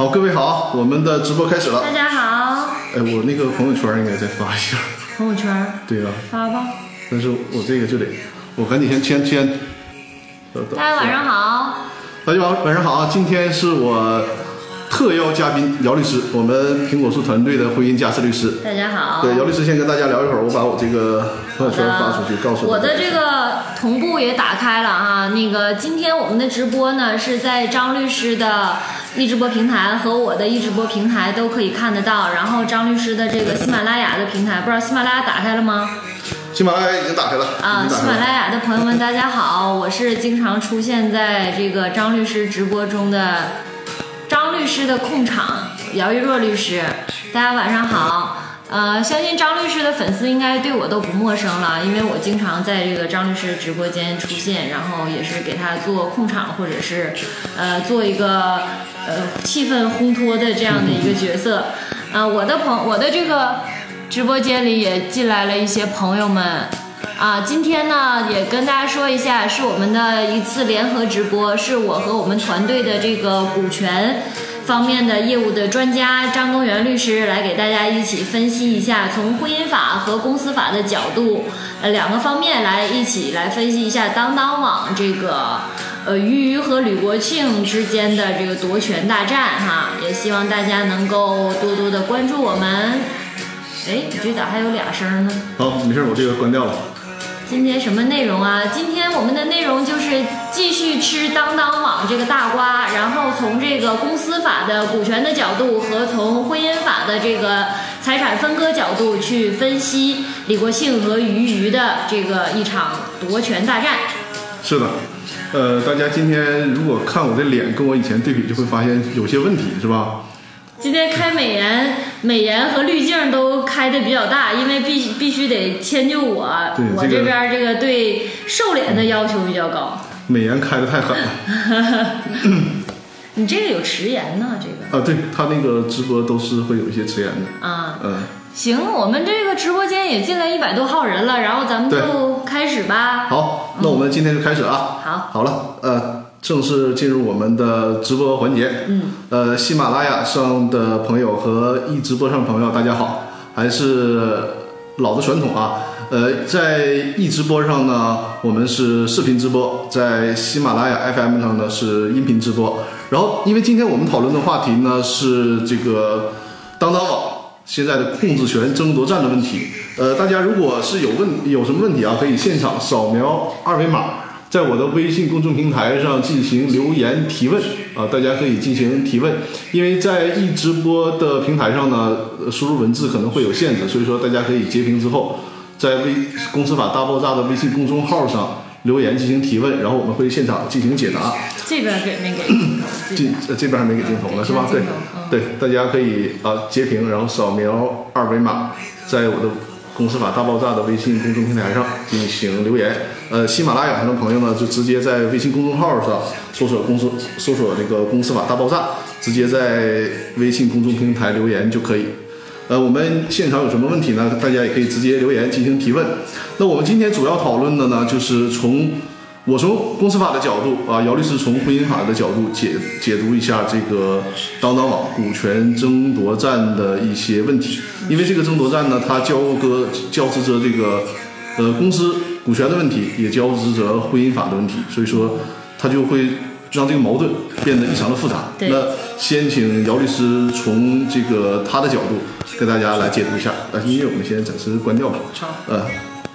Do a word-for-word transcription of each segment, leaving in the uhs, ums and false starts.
好，各位好，我们的直播开始了。 大家好。 哎，我那个朋友圈应该再发一下。 朋友圈？ 对啊， 发吧。 但是我这个就得，我赶紧先签签。 大家晚上好。 大家晚上好啊！今天是我特邀嘉宾姚律师，我们苹果树团队的婚姻家事律师。 大家好。 对，姚律师先跟大家聊一会儿，我把我这个朋友圈发出去，告诉我的这个同步也打开了啊。那个今天我们的直播呢是在张律师的易直播平台和我的易直播平台都可以看得到，然后张律师的这个喜马拉雅的平台，不知道喜马拉雅打开了吗？ 喜马拉雅已经打开了啊！喜马拉雅的朋友们，大家好，我是经常出现在这个张律师直播中的张律师的控场姚玉若律师，大家晚上好。呃，相信张律师的粉丝应该对我都不陌生了，因为我经常在这个张律师直播间出现，然后也是给他做控场或者是呃做一个呃气氛烘托的这样的一个角色。啊、呃，我的朋我的这个直播间里也进来了一些朋友们。啊，今天呢也跟大家说一下，是我们的一次联合直播，是我和我们团队的这个股权方面的业务的专家张东元律师来给大家一起分析一下，从婚姻法和公司法的角度，呃两个方面来一起来分析一下当当网这个呃俞渝和吕国庆之间的这个夺权大战哈，也希望大家能够多多的关注我们。哎，你这咋还有俩声呢？ 好，没事，我这个关掉了。 今天什么内容啊？今天我们的内容就是继续吃当当网这个大瓜，然后从这个公司法的股权的角度和从婚姻法的这个财产分割角度去分析李国庆和俞渝的这个一场夺权大战。 是的，呃，大家今天如果看我的脸跟我以前对比，就会发现有些问题，是吧？ 今天开美颜，美颜和滤镜都开的比较大，因为必必须得迁就我，我这边这个对瘦脸的要求比较高。 美颜开的太狠了。 你这个有迟延呢，这个。 啊，对他那个直播都是会有一些迟延的。 啊， 嗯。 行，我们这个直播间也进来一百多号人了，然后咱们就开始吧。 好，那我们今天就开始啊。 嗯、好。 好了，呃。正式进入我们的直播环节。 嗯， 呃，喜马拉雅上的朋友和易直播上的朋友，大家好，还是老的传统啊。呃，在易直播上呢，我们是视频直播；在喜马拉雅 F M 上呢是音频直播。然后，因为今天我们讨论的话题呢是这个当当网现在的控制权争夺战的问题。呃，大家如果是有问有什么问题啊，可以现场扫描二维码。在我的微信公众平台上进行留言提问啊，大家可以进行提问，因为在易直播的平台上呢，输入文字可能会有限制，所以说大家可以截屏之后，在微公司法大爆炸的微信公众号上留言进行提问，然后我们会现场进行解答。 这边给没给镜头？ 这这边还没给镜头呢，是吧？对， 嗯、 对，大家可以啊截屏，然后扫描二维码，在我的公司法大爆炸的微信公众平台上进行留言。呃，喜马拉雅上的朋友呢，就直接在微信公众号上搜索公司搜索这个公司法大爆炸，直接在微信公众平台留言就可以。呃，我们现场有什么问题呢？大家也可以直接留言进行提问。那我们今天主要讨论的呢，就是从我从公司法的角度啊，姚律师从婚姻法的角度解解读一下这个当当网股权争夺战的一些问题。因为这个争夺战呢，它交割交织着这个呃公司股权的问题，也交织着婚姻法的问题，所以说它就会让这个矛盾变得异常的复杂。那先请姚律师从这个他的角度跟大家来解读一下。呃，音乐我们先暂时关掉吧。 好。 呃。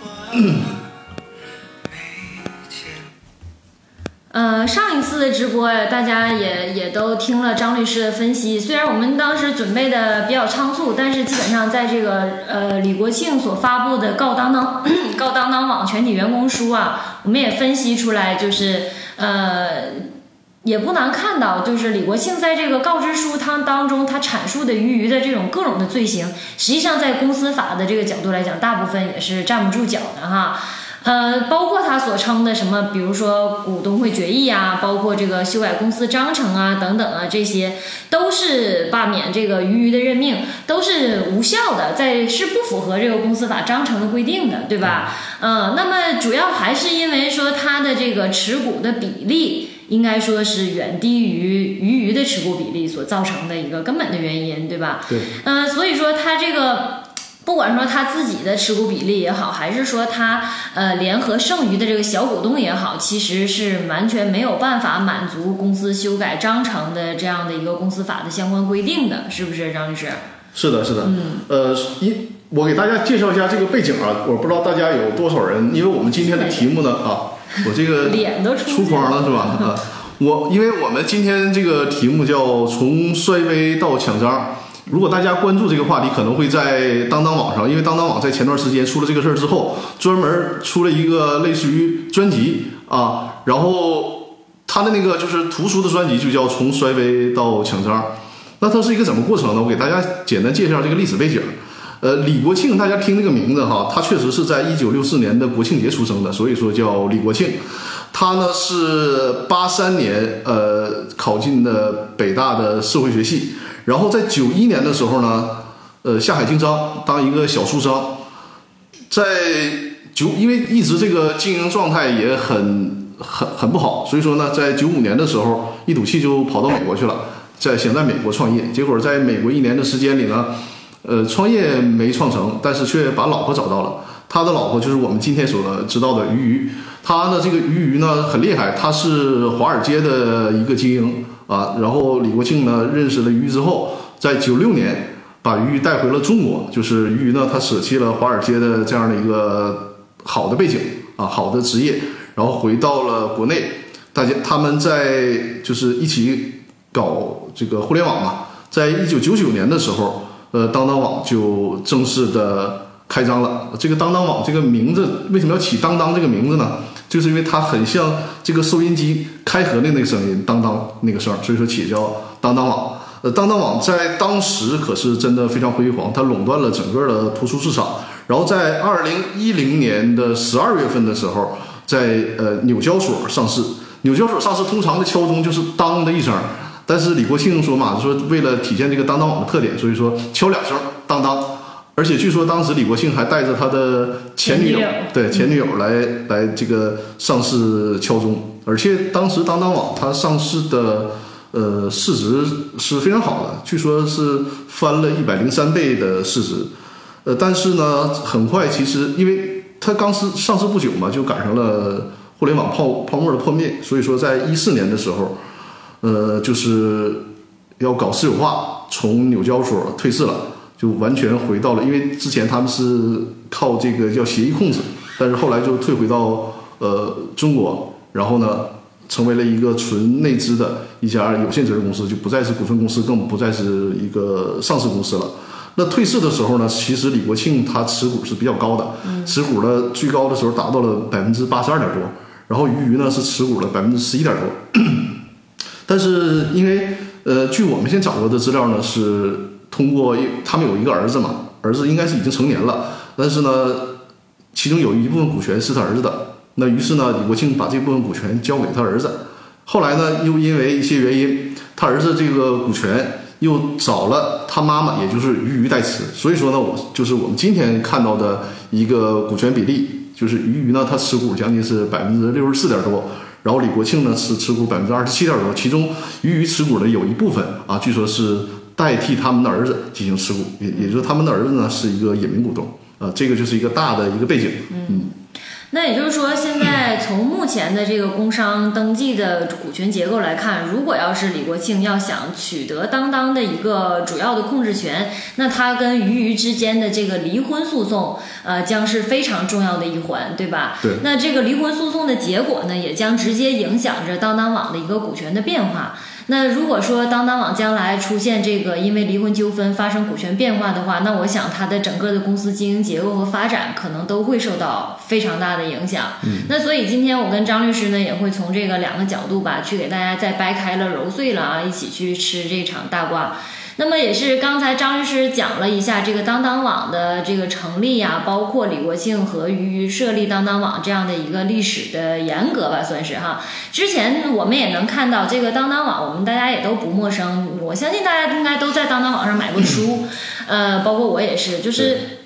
呃，上一次的直播呀，大家也也都听了张律师的分析。虽然我们当时准备的比较仓促，但是基本上在这个呃李国庆所发布的告当当告当当网全体员工书啊，我们也分析出来，就是呃也不难看到，就是李国庆在这个告知书他当中，他阐述的俞渝的这种各种的罪行，实际上在公司法的这个角度来讲，大部分也是站不住脚的哈。呃，包括他所称的什么，比如说股东会决议啊，包括这个修改公司章程啊，等等啊，这些都是罢免这个俞渝的任命，都是无效的，在是不符合这个公司法章程的规定的，对吧？嗯、呃，那么主要还是因为说他的这个持股的比例应该说是远低于鱼鱼的持股比例所造成的一个根本的原因，对吧？ 对。 嗯、呃，所以说它这个。不管说他自己的持股比例也好，还是说他呃联合剩余的这个小股东也好，其实是完全没有办法满足公司修改章程的这样的一个公司法的相关规定的，是不是张律师？ 是的，是的。 嗯， 呃，一我给大家介绍一下这个背景啊，我不知道大家有多少人，因为我们今天的题目呢啊，我这个脸都出框了是吧？啊，我因为我们今天这个题目叫从衰微到抢章。如果大家关注这个话题，可能会在当当网上，因为当当网在前段时间出了这个事儿之后，专门出了一个类似于专辑啊，然后他的那个就是图书的专辑就叫《从衰微到抢章》。那它是一个怎么过程呢？我给大家简单介绍这个历史背景。呃，李国庆，大家听这个名字哈，他确实是在一九六四年的国庆节出生的，所以说叫李国庆。他呢是八三年呃考进的北大的社会学系。然后在九一年的时候呢，呃，下海经商当一个小书商，在九因为一直这个经营状态也很很很不好，所以说呢，在九五年的时候一赌气就跑到美国去了，在想在美国创业，结果在美国一年的时间里呢，呃，创业没创成，但是却把老婆找到了。他的老婆就是我们今天所知道的鱼鱼，他的这个鱼鱼呢很厉害，他是华尔街的一个精英。啊，然后李国庆呢认识了鱼之后，在九六年把鱼带回了中国，就是鱼呢他舍弃了华尔街的这样的一个好的背景啊，好的职业，然后回到了国内，大家他们在就是一起搞这个互联网嘛，在一九九九年的时候，呃，当当网就正式的开张了。这个当当网这个名字为什么要起当当这个名字呢？就是因为它很像这个收音机开合的那个声音，当当那个声，所以说起叫当当网。呃，当当网在当时可是真的非常辉煌，它垄断了整个的图书市场。然后在二零一零年的十二月份的时候，在呃纽交所上市。纽交所上市通常的敲钟就是当的一声，但是李国庆说嘛，说为了体现这个当当网的特点，所以说敲两声当当。而且据说当时李国庆还带着他的前女友，对前女友来来这个上市敲钟，而且当时当当网它上市的呃市值是非常好的，据说是翻了一百零三倍的市值，呃，但是呢，很快其实因为它刚是上市不久嘛，就赶上了互联网泡泡沫的破灭，所以说在一四年的时候，呃，就是要搞私有化，从纽交所退市了。就完全回到了，因为之前他们是靠这个叫协议控制，但是后来就退回到呃中国，然后呢成为了一个纯内资的一家有限责任公司，就不再是股份公司，更不再是一个上市公司了。那退市的时候呢，其实李国庆他持股是比较高的，持股的最高的时候达到了百分之八十二点多，然后鱼鱼呢是持股了百分之十一点多，但是因为呃据我们现在掌握的资料呢是。通过他们有一个儿子嘛，儿子应该是已经成年了，但是呢，其中有一部分股权是他儿子的。那于是呢，李国庆把这部分股权交给他儿子。后来呢，又因为一些原因，他儿子这个股权又找了他妈妈，也就是鱼鱼代持。所以说呢，我就是我们今天看到的一个股权比例，就是鱼鱼呢，他持股将近是百分之六十四点多。然后李国庆呢是持股百分之二十七点多，其中鱼鱼持股的有一部分啊，据说是代替他们的儿子进行持股，也也就是他们的儿子呢是一个隐名股东啊，这个就是一个大的一个背景。嗯， 那也就是说，现在从目前的这个工商登记的股权结构来看，如果要是李国庆要想取得当当的一个主要的控制权，那他跟鱼鱼之间的这个离婚诉讼，呃，将是非常重要的一环，对吧？ 对。 那这个离婚诉讼的结果呢，也将直接影响着当当网的一个股权的变化。那如果说当当网将来出现这个因为离婚纠纷发生股权变化的话，那我想它的整个的公司经营结构和发展可能都会受到非常大的影响。 嗯， 那所以今天我跟张律师呢也会从这个两个角度吧，去给大家再掰开了揉碎了啊，一起去吃这场大瓜。那么也是刚才张律师讲了一下这个当当网的这个成立啊，包括李国庆和鱼鱼设立当当网这样的一个历史的沿革吧，算是哈。之前我们也能看到这个当当网，我们大家也都不陌生，我相信大家应该都在当当网上买过书，呃，包括我也是，就是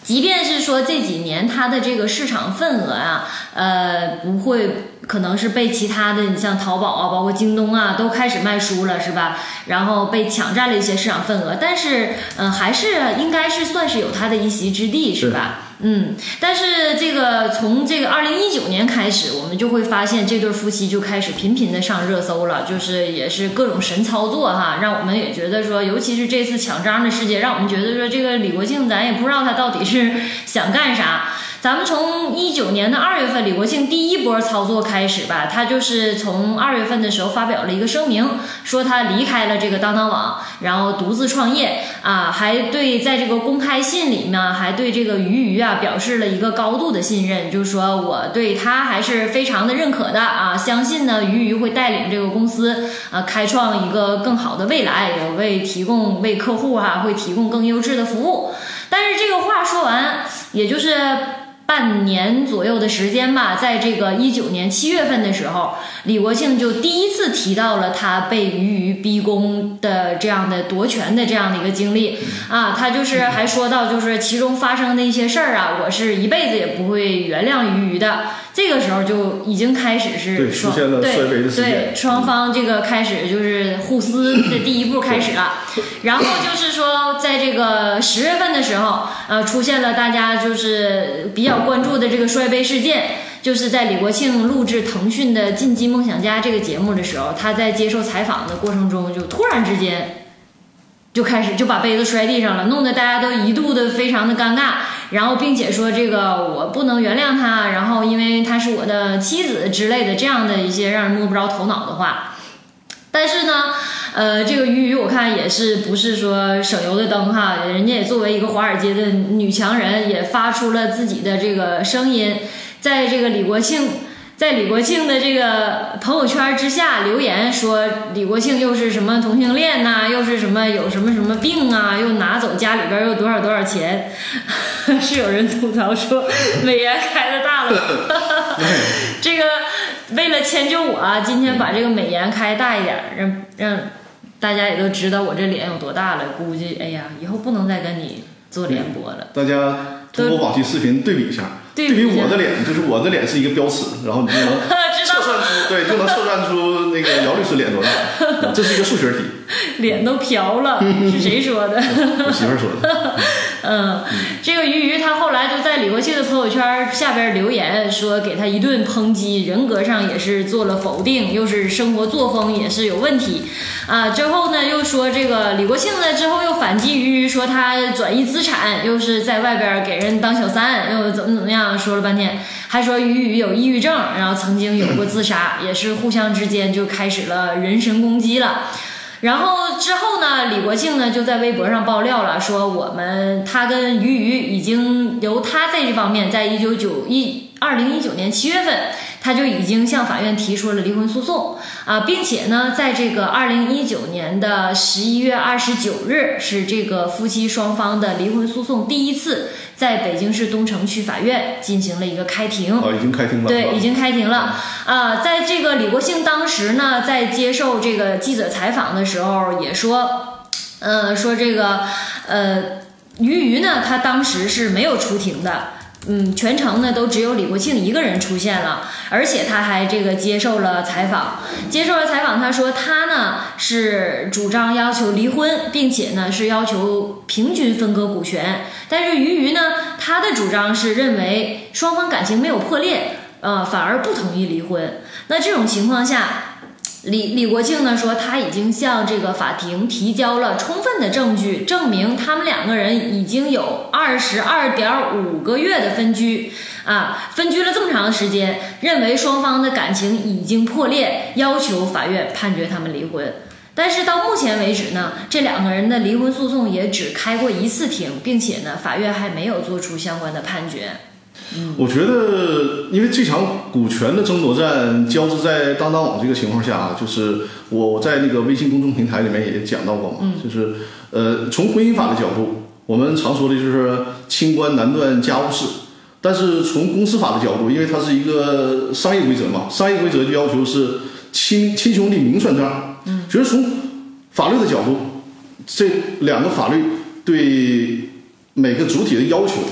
即便是说这几年它的这个市场份额啊，呃，不会可能是被其他的，你像淘宝啊，包括京东啊，都开始卖书了，是吧？然后被抢占了一些市场份额，但是，嗯、呃，还是应该是算是有它的一席之地，是吧？嗯，但是这个从这个二零一九年开始，我们就会发现这对夫妻就开始频频的上热搜了，就是也是各种神操作哈，让我们也觉得说，尤其是这次抢章的事件，让我们觉得说这个李国庆咱也不知道他到底是想干啥。咱们从一九年的二月份，李国庆第一波操作开始吧，他就是从二月份的时候发表了一个声明，说他离开了这个当当网，然后独自创业啊，还对在这个公开信里面还对这个俞渝啊表示了一个高度的信任，就是说我对他还是非常的认可的啊，相信呢俞渝会带领这个公司啊开创一个更好的未来，也为提供为客户哈、啊、会提供更优质的服务。但是这个话说完，也就是半年左右的时间吧，在这个一九年七月份的时候，李国庆就第一次提到了他被俞渝逼宫的这样的夺权的这样的一个经历啊，他就是还说到，就是其中发生的一些事儿啊，我是一辈子也不会原谅俞渝的。这个时候就已经开始是出现了衰微的事件， 对双方这个开始就是互撕的第一步开始了。然后就是说，在这个十月份的时候，呃，出现了大家就是比较关注的这个摔杯事件，就是在李国庆录制腾讯的《进击梦想家》这个节目的时候，他在接受采访的过程中，就突然之间就开始就把杯子摔地上了，弄得大家都一度的非常的尴尬。然后并且说这个我不能原谅他，然后因为他是我的妻子之类的这样的一些让人摸不着头脑的话。但是呢呃，这个俞渝我看也是不是说省油的灯哈，人家也作为一个华尔街的女强人，也发出了自己的这个声音，在这个李国庆在李国庆的这个朋友圈之下留言说，李国庆又是什么同性恋呐、啊，又是什么有什么什么病啊，又拿走家里边又多少多少钱。是有人吐槽说美颜开的大了。这个为了迁就我啊，今天把这个美颜开大一点，让让大家也都知道我这脸有多大了。估计哎呀，以后不能再跟你做联播了。 大家通过往期视频对比一下，对比我的脸，就是我的脸是一个标尺，然后你就能测算出，对，就能测算出那个姚律师脸多大。这是一个数学题。 脸都瓢了，是谁说的？ 我媳妇儿说的。 嗯，这个俞渝他后来就在李国庆的朋友圈下边留言说，给他一顿抨击，人格上也是做了否定，又是生活作风也是有问题啊。之后呢，又说这个李国庆呢之后又反击俞渝，说他转移资产，又是在外边给人当小三，又怎么怎么样，说了半天，还说俞渝有抑郁症，然后曾经有过自杀，也是互相之间就开始了人身攻击了。然后之后呢，李国庆呢就在微博上爆料了，说我们他跟俞渝已经由他在这方面，在一九九一二零一九年七月份，他就已经向法院提出了离婚诉讼啊，并且呢，在这个二零一九年的十一月二十九日，是这个夫妻双方的离婚诉讼第一次在北京市东城区法院进行了一个开庭。 哦，已经开庭了。 对，已经开庭了啊。在这个李国庆当时呢，在接受这个记者采访的时候也说，呃，说这个呃，俞渝呢，他当时是没有出庭的。嗯，全程呢都只有李国庆一个人出现了，而且他还这个接受了采访，接受了采访，他说他呢是主张要求离婚，并且呢是要求平均分割股权，但是俞渝呢他的主张是认为双方感情没有破裂，呃，反而不同意离婚。那这种情况下，李李国庆呢说他已经向这个法庭提交了充分的证据，证明他们两个人已经有二十二点五个月的分居啊，分居了这么长的时间，认为双方的感情已经破裂，要求法院判决他们离婚。但是到目前为止呢，这两个人的离婚诉讼也只开过一次庭，并且呢，法院还没有做出相关的判决。 我觉得，因为这场股权的争夺战交织在当当网这个情况下啊，就是我在那个微信公众平台里面也讲到过嘛，嗯、就是呃，从婚姻法的角度，我们常说的就是清官难断家务事，但是从公司法的角度，因为它是一个商业规则嘛，商业规则就要求是亲亲兄弟明算账，嗯，所以从法律的角度，这两个法律对每个主体的要求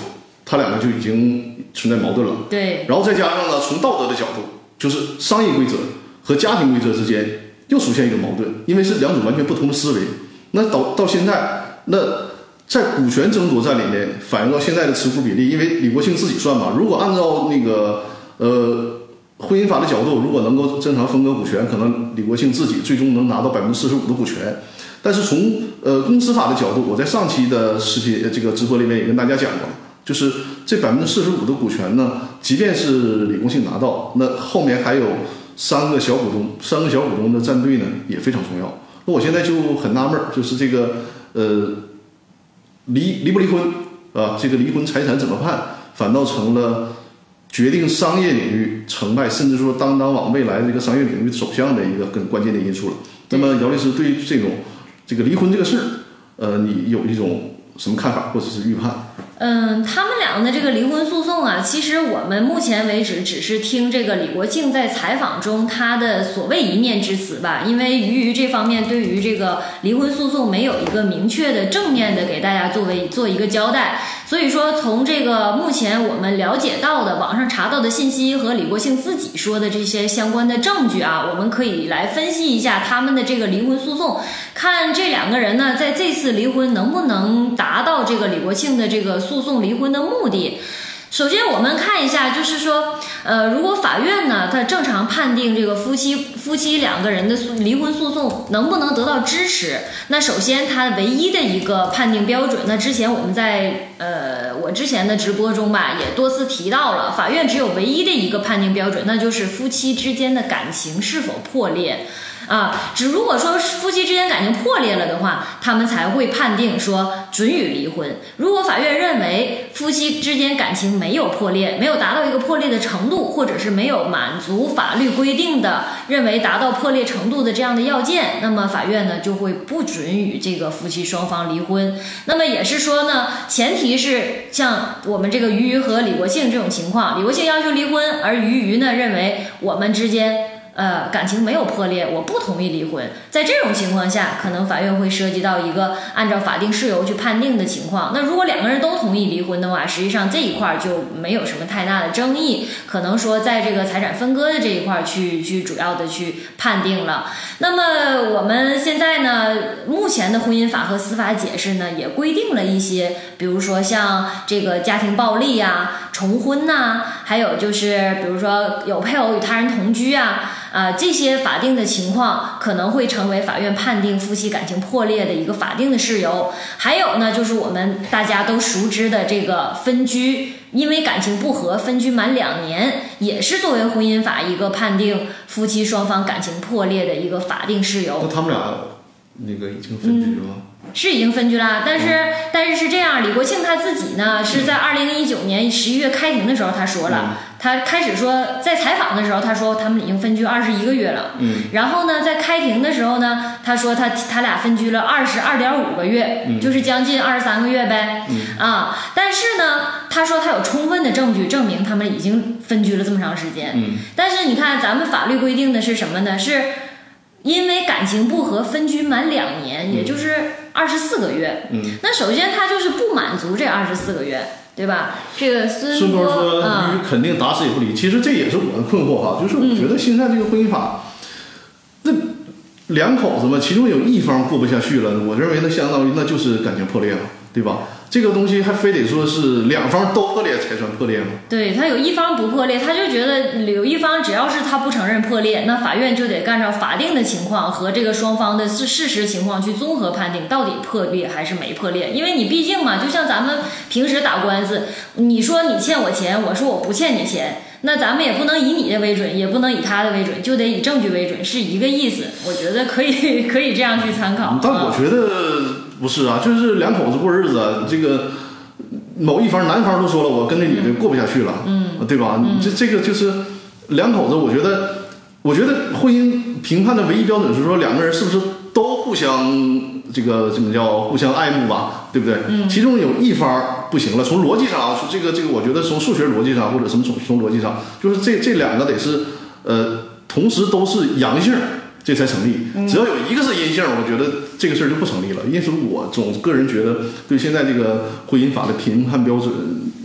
他两个就已经存在矛盾了。 对。 然后再加上呢，从道德的角度，就是商业规则和家庭规则之间又出现一个矛盾，因为是两种完全不同的思维。那到到现在，那在股权争夺战里面反映到现在的持股比例，因为李国庆自己算嘛，如果按照那个呃婚姻法的角度，如果能够正常分割股权，可能李国庆自己最终能拿到百分之四十五的股权。但是从呃公司法的角度，我在上期的视频这个直播里面也跟大家讲过，就是这百分之四十五的股权呢，即便是李国庆拿到，那后面还有三个小股东，三个小股东的站队呢也非常重要。那我现在就很纳闷，就是这个呃离离不离婚啊，这个离婚财产怎么判，反倒成了决定商业领域成败，甚至说当当网未来这个商业领域走向的一个更关键的因素了。那么姚律师对于这种这个离婚这个事儿，呃，你有一种什么看法或者是预判？ 嗯，他们俩的这个离婚诉讼啊，其实我们目前为止只是听这个李国庆在采访中他的所谓一面之词吧，因为于于这方面对于这个离婚诉讼没有一个明确的正面的给大家作为做一个交代，所以说从这个目前我们了解到的网上查到的信息和李国庆自己说的这些相关的证据啊，我们可以来分析一下他们的这个离婚诉讼，看这两个人呢在这次离婚能不能达到这个李国庆的这个诉讼离婚的目的。首先我们看一下，就是说呃，如果法院呢它正常判定这个夫妻夫妻两个人的离婚诉讼能不能得到支持，那首先它唯一的一个判定标准，那之前我们在呃我之前的直播中吧也多次提到了，法院只有唯一的一个判定标准，那就是夫妻之间的感情是否破裂啊，只如果说夫妻之间感情破裂了的话，他们才会判定说准予离婚。如果法院认为夫妻之间感情没有破裂，没有达到一个破裂的程度，或者是没有满足法律规定的认为达到破裂程度的这样的要件，那么法院呢就会不准予这个夫妻双方离婚。那么也是说呢，前提是像我们这个于于和李国庆这种情况，李国庆要求离婚，而于于呢认为我们之间呃，感情没有破裂，我不同意离婚。在这种情况下，可能法院会涉及到一个按照法定事由去判定的情况。那如果两个人都同意离婚的话，实际上这一块就没有什么太大的争议，可能说在这个财产分割的这一块去去主要的去判定了。那么我们现在呢，目前的婚姻法和司法解释呢，也规定了一些，比如说像这个家庭暴力啊、重婚呐、啊，还有就是比如说有配偶与他人同居啊。呃，这些法定的情况可能会成为法院判定夫妻感情破裂的一个法定的事由。还有呢，就是我们大家都熟知的这个分居，因为感情不和分居满两年，也是作为婚姻法一个判定夫妻双方感情破裂的一个法定事由。 那他们俩那个已经分居了吗？ 嗯是已经分居了，但是、嗯、但是是这样，李国庆他自己呢是在二零一九年十一月开庭的时候他说了、嗯，他开始说在采访的时候他说他们已经分居二十一个月了，嗯，然后呢在开庭的时候呢他说他他俩分居了二十二点五个月、嗯，就是将近二十三个月呗，嗯啊，但是呢他说他有充分的证据证明他们已经分居了这么长时间，嗯，但是你看咱们法律规定的是什么呢？是因为感情不和分居满两年，也就是二十四个月。嗯，那首先他就是不满足这二十四个月，对吧？这个孙孙波说， 嗯， 肯定打死也不离。其实这也是我的困惑哈，就是我觉得现在这个婚姻法，那两口子嘛，其中有一方过不下去了，我认为那相当于那就是感情破裂了，对吧？这个东西还非得说是两方都破裂才算破裂吗？ 对，他有一方不破裂，他就觉得有一方只要是他不承认破裂，那法院就得按照法定的情况和这个双方的事事实情况去综合判定到底破裂还是没破裂。因为你毕竟嘛，就像咱们平时打官司，你说你欠我钱，我说我不欠你钱，那咱们也不能以你的为准，也不能以他的为准，就得以证据为准，是一个意思。我觉得可以可以这样去参考。 但我觉得不是啊，就是两口子过日子，这个某一方男方都说了，我跟这女的过不下去了，嗯，对吧？嗯、这这个就是两口子，我觉得，我觉得婚姻评判的唯一标准是说两个人是不是都互相这个怎么叫互相爱慕吧，对不对？嗯，其中有一方不行了，从逻辑上啊，这个这个，我觉得从数学逻辑上或者什么从从逻辑上，就是这这两个得是呃同时都是阳性。这才成立，只要有一个是阴性，我觉得这个事儿就不成立了。因此，我总个人觉得，对现在这个婚姻法的评判标准，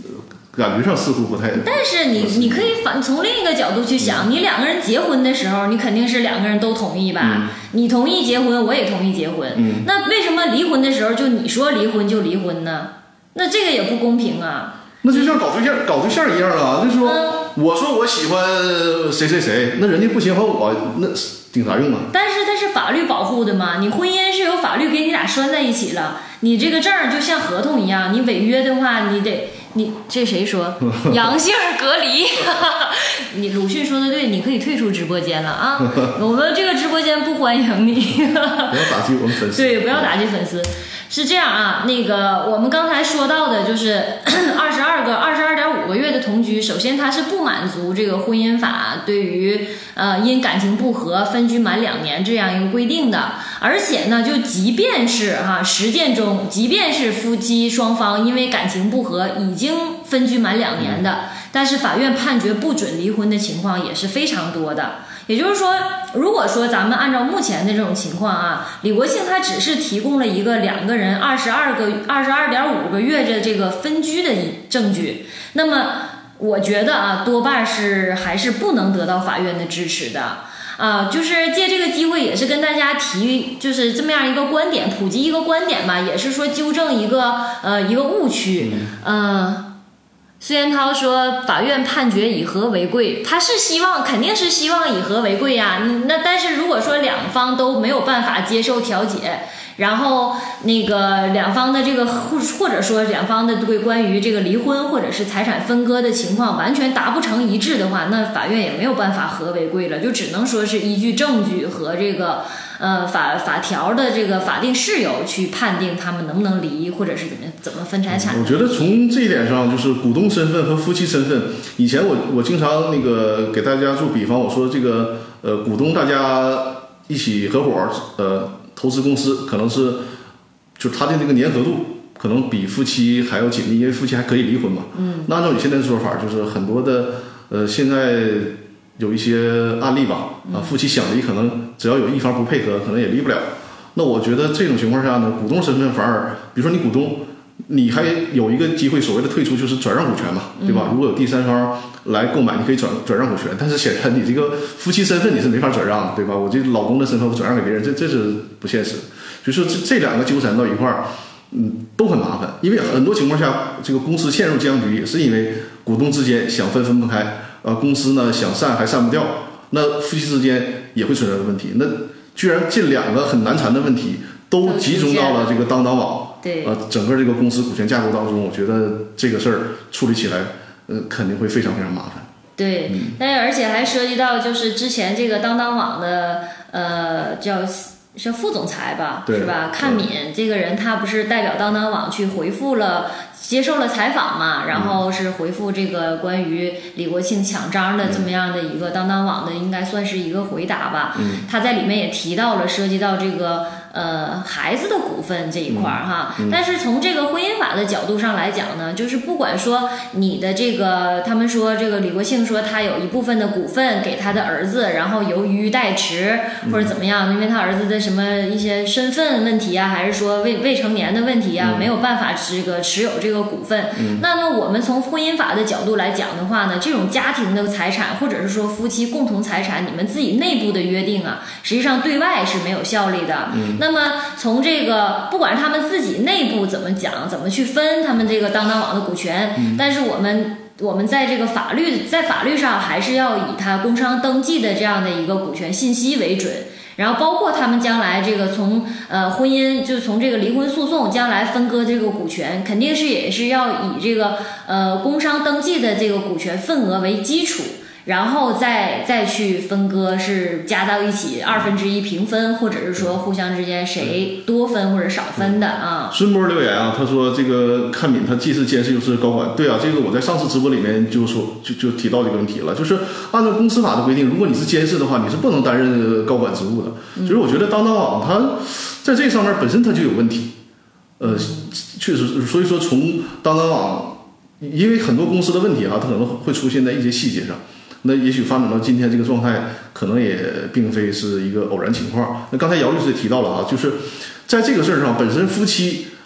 感觉上似乎不太。 但是你你可以反从另一个角度去想，嗯、你两个人结婚的时候，你肯定是两个人都同意吧？嗯、你同意结婚，我也同意结婚。 嗯、 那为什么离婚的时候就你说离婚就离婚呢？那这个也不公平啊。 那就像搞对象搞对象一样啊，就是说、嗯、我说我喜欢谁谁谁，那人家不喜欢我，那顶啥用啊？ 但是它是法律保护的嘛，你婚姻是有法律给你俩拴在一起了，你这个证就像合同一样，你违约的话，你得你这谁说阳性隔离？你鲁迅说的对，你可以退出直播间了啊！我们这个直播间不欢迎你， 不要打击我们粉丝。 对，不要打击粉丝。是这样啊，那个我们刚才说到的就是二十二个二十二点五个月的同居，首先它是不满足这个婚姻法对于呃因感情不和分居满两年这样一个规定的，而且呢，就即便是哈、啊、实践中，即便是夫妻双方因为感情不和已经分居满两年的，但是法院判决不准离婚的情况也是非常多的。也就是说，如果说咱们按照目前的这种情况啊，李国庆他只是提供了一个两个人二十二个二十二点五个月的这个分居的证据，那么我觉得啊，多半是还是不能得到法院的支持的啊。就是借这个机会，也是跟大家提，就是这么样一个观点，普及一个观点吧，也是说纠正一个呃一个误区，嗯。呃孙元涛说法院判决以和为贵，他是希望肯定是希望以和为贵呀、啊。那但是如果说两方都没有办法接受调解，然后那个两方的这个或者说两方的对关于这个离婚或者是财产分割的情况完全达不成一致的话，那法院也没有办法和为贵了，就只能说是依据证据和这个呃法法条的这个法定事由去判定他们能不能离，或者是怎么怎么分财产。 我觉得从这一点上，就是股东身份和夫妻身份，以前我我经常那个给大家做比方，我说这个呃股东大家一起合伙呃投资公司，可能是就是他的那个粘合度可能比夫妻还要紧密，因为夫妻还可以离婚嘛。 嗯。 那按照你现在的说法，就是很多的呃现在有一些案例吧，啊夫妻想离，可能只要有一方不配合，可能也离不了。那我觉得这种情况下呢，股东身份反而，比如说你股东，你还有一个机会，所谓的退出就是转让股权嘛，对吧？如果有第三方来购买，你可以转转让股权，但是显然你这个夫妻身份你是没法转让的，对吧？我这老公的身份我转让给别人，这这是不现实。所以说这这两个纠缠到一块儿，嗯，都很麻烦。因为很多情况下，这个公司陷入僵局，也是因为股东之间想分分不开，呃，公司呢想散还散不掉，那夫妻之间也会存在的问题。那居然这两个很难缠的问题都集中到了这个当当网， 对， 呃，整个这个公司股权架构当中，我觉得这个事儿处理起来，呃，肯定会非常非常麻烦。 对，嗯、但是而且还涉及到就是之前这个当当网的呃叫。是副总裁吧，是吧？阚敏这个人，他不是代表当当网去回复了，接受了采访嘛，然后是回复这个关于李国庆抢章的这么样的一个当当网的，应该算是一个回答吧。 嗯， 他在里面也提到了涉及到这个呃孩子的股份这一块儿哈、 嗯嗯， 但是从这个婚姻法的角度上来讲呢，就是不管说你的这个，他们说这个李国庆说他有一部分的股份给他的儿子，然后由于代持或者怎么样，因为他儿子的什么一些身份问题啊，还是说未未成年的问题啊， 嗯、 没有办法这个持有这个股份。 嗯、 那么我们从婚姻法的角度来讲的话呢，这种家庭的财产或者是说夫妻共同财产，你们自己内部的约定啊，实际上对外是没有效力的。 嗯、 那么从这个不管是他们自己内部怎么讲，怎么去分他们这个当当网的股权， 嗯、 但是我们。我们在这个法律在法律上还是要以他工商登记的这样的一个股权信息为准，然后包括他们将来这个从呃婚姻就从这个离婚诉讼将来分割这个股权，肯定是也是要以这个呃工商登记的这个股权份额为基础，然后再再去分割，是加到一起二分之一平分，或者是说互相之间谁多分或者少分的啊。 孙波留言啊，他说这个阚敏他既是监事又是高管，对啊，这个我在上次直播里面就说就就提到这个问题了，就是按照公司法的规定，如果你是监事的话，你是不能担任高管职务的。 嗯、 所以我觉得当当网它在这上面本身它就有问题，呃，确实，所以说从当当网，因为很多公司的问题啊，它可能会出现在一些细节上。那也许发展到今天这个状态，可能也并非是一个偶然情况。那刚才姚律师也提到了啊，就是在这个事儿上，本身夫妻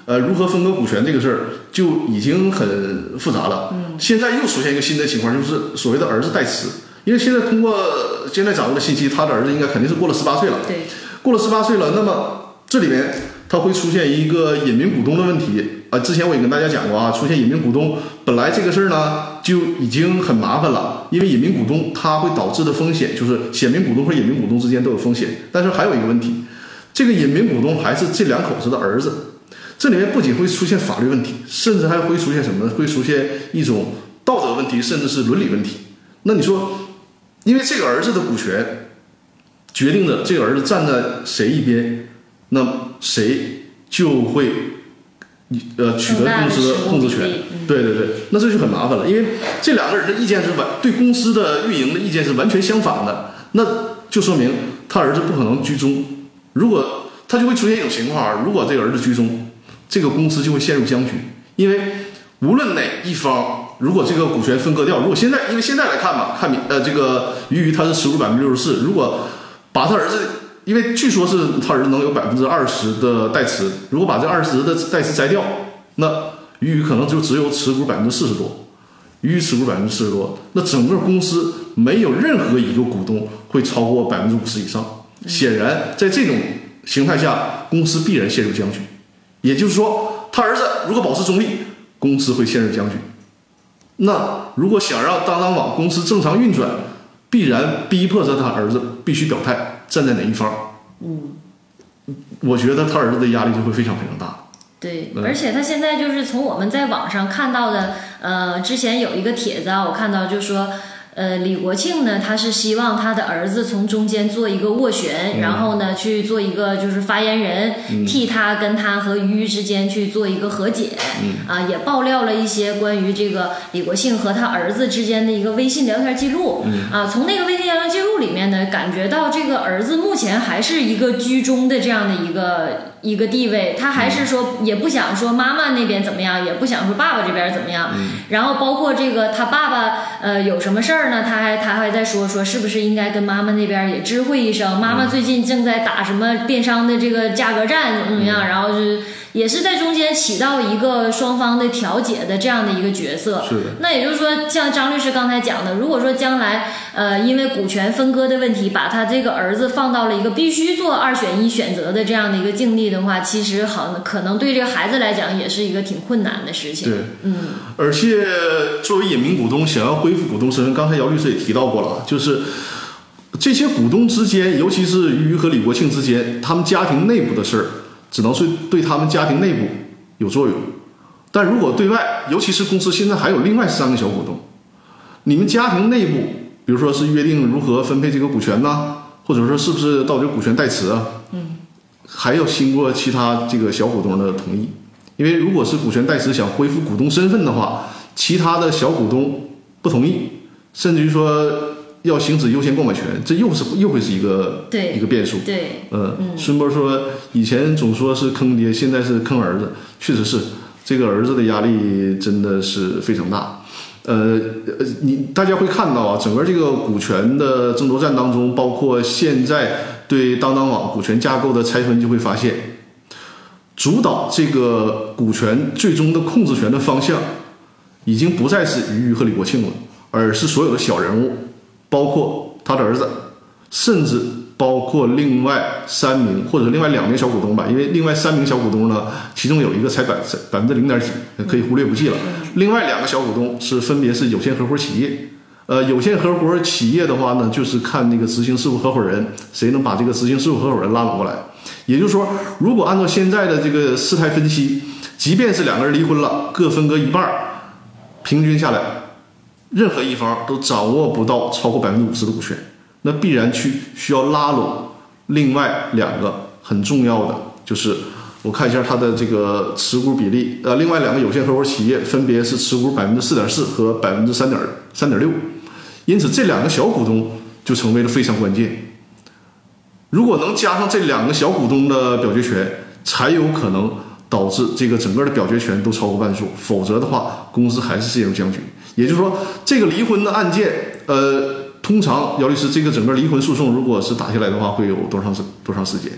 呃，如何分割股权这个事儿就已经很复杂了。 嗯， 现在又出现一个新的情况，就是所谓的儿子代持。因为现在通过现在掌握的信息，他的儿子应该肯定是过了十八岁了。 对， 过了十八岁了，那么这里面它会出现一个隐名股东的问题啊。之前我也跟大家讲过啊，出现隐名股东，本来这个事儿呢就已经很麻烦了，因为隐名股东它会导致的风险就是显名股东和隐名股东之间都有风险。但是还有一个问题，这个隐名股东还是这两口子的儿子。这里面不仅会出现法律问题，甚至还会出现什么呢？会出现一种道德问题，甚至是伦理问题。那你说，因为这个儿子的股权决定着这个儿子站在谁一边，那谁就会呃取得公司的控制权。对对对，那这就很麻烦了，因为这两个人的意见是完对公司的运营的意见是完全相反的，那就说明他儿子不可能居中。如果他就会出现一种情况，如果这个儿子居中，这个公司就会陷入僵局，因为无论哪一方，如果这个股权分割掉，如果现在因为现在来看嘛，看呃这个俞渝他是持股百分之六十四，如果把他儿子，因为据说是他儿子能有百分之二十的代持，如果把这二十的代持摘掉，那俞渝可能就只有持股百分之四十多，俞渝持股百分之四十多，那整个公司没有任何一个股东会超过百分之五十以上，显然在这种形态下，公司必然陷入僵局。也就是说，他儿子如果保持中立，公司会陷入僵局。那如果想让当当网公司正常运转，必然逼迫着他儿子必须表态，站在哪一方。 嗯， 我觉得他儿子的压力就会非常非常大。 对，而且他现在就是从我们在网上看到的，呃，之前有一个帖子啊，我看到就说。呃，李国庆呢，他是希望他的儿子从中间做一个斡旋，嗯、然后呢去做一个就是发言人，嗯、替他跟他和俞渝之间去做一个和解。嗯、啊，也爆料了一些关于这个李国庆和他儿子之间的一个微信聊天记录。嗯、啊，从那个微信聊天记录里面呢，感觉到这个儿子目前还是一个居中的这样的一个一个地位，他还是说也不想说妈妈那边怎么样，也不想说爸爸这边怎么样。嗯、然后包括这个他爸爸呃有什么事儿。他还他还在说说是不是应该跟妈妈那边也知会一声，妈妈最近正在打什么电商的这个价格战怎么怎么样，然后是也是在中间起到一个双方的调解的这样的一个角色。 是的。 那也就是说，像张律师刚才讲的，如果说将来呃因为股权分割的问题，把他这个儿子放到了一个必须做二选一选择的这样的一个境地的话，其实好可能对这个孩子来讲也是一个挺困难的事情。 对， 嗯。 而且作为隐名股东，想要恢复股东身份，刚才姚律师也提到过了，就是这些股东之间，尤其是俞渝和李国庆之间，他们家庭内部的事儿，只能是对他们家庭内部有作用。但如果对外，尤其是公司现在还有另外三个小股东，你们家庭内部，比如说是约定如何分配这个股权呢，或者说是不是到底股权代持啊，嗯，还要经过其他这个小股东的同意。因为如果是股权代持想恢复股东身份的话，其他的小股东不同意，甚至于说要行使优先购买权，这又是又会是一个一个变数。 对， 呃、嗯，孙波说以前总说是坑爹，现在是坑儿子，确实是这个儿子的压力真的是非常大。呃，你大家会看到啊，整个这个股权的争夺战当中，包括现在对当当网股权架构的拆分，就会发现，主导这个股权最终的控制权的方向，已经不再是俞渝和李国庆了，而是所有的小人物，包括他的儿子，甚至包括另外三名或者另外两名小股东吧，因为另外三名小股东呢，其中有一个才百百分之零点几，可以忽略不计了。另外两个小股东是分别是有限合伙企业，呃，有限合伙企业的话呢，就是看那个执行事务合伙人谁能把这个执行事务合伙人拉拢过来。也就是说，如果按照现在的这个事态分析，即便是两个人离婚了，各分割一半，平均下来，任何一方都掌握不到超过百分之五十的股权，那必然去需要拉拢另外两个很重要的，就是我看一下它的这个持股比例，呃，另外两个有限合伙企业分别是持股百分之四点四和百分之三点三点六，因此这两个小股东就成为了非常关键。如果能加上这两个小股东的表决权，才有可能导致这个整个的表决权都超过半数，否则的话，公司还是陷入僵局。也就是说，这个离婚的案件，呃，通常姚律师，这个整个离婚诉讼如果是打下来的话，会有多长时多长时间？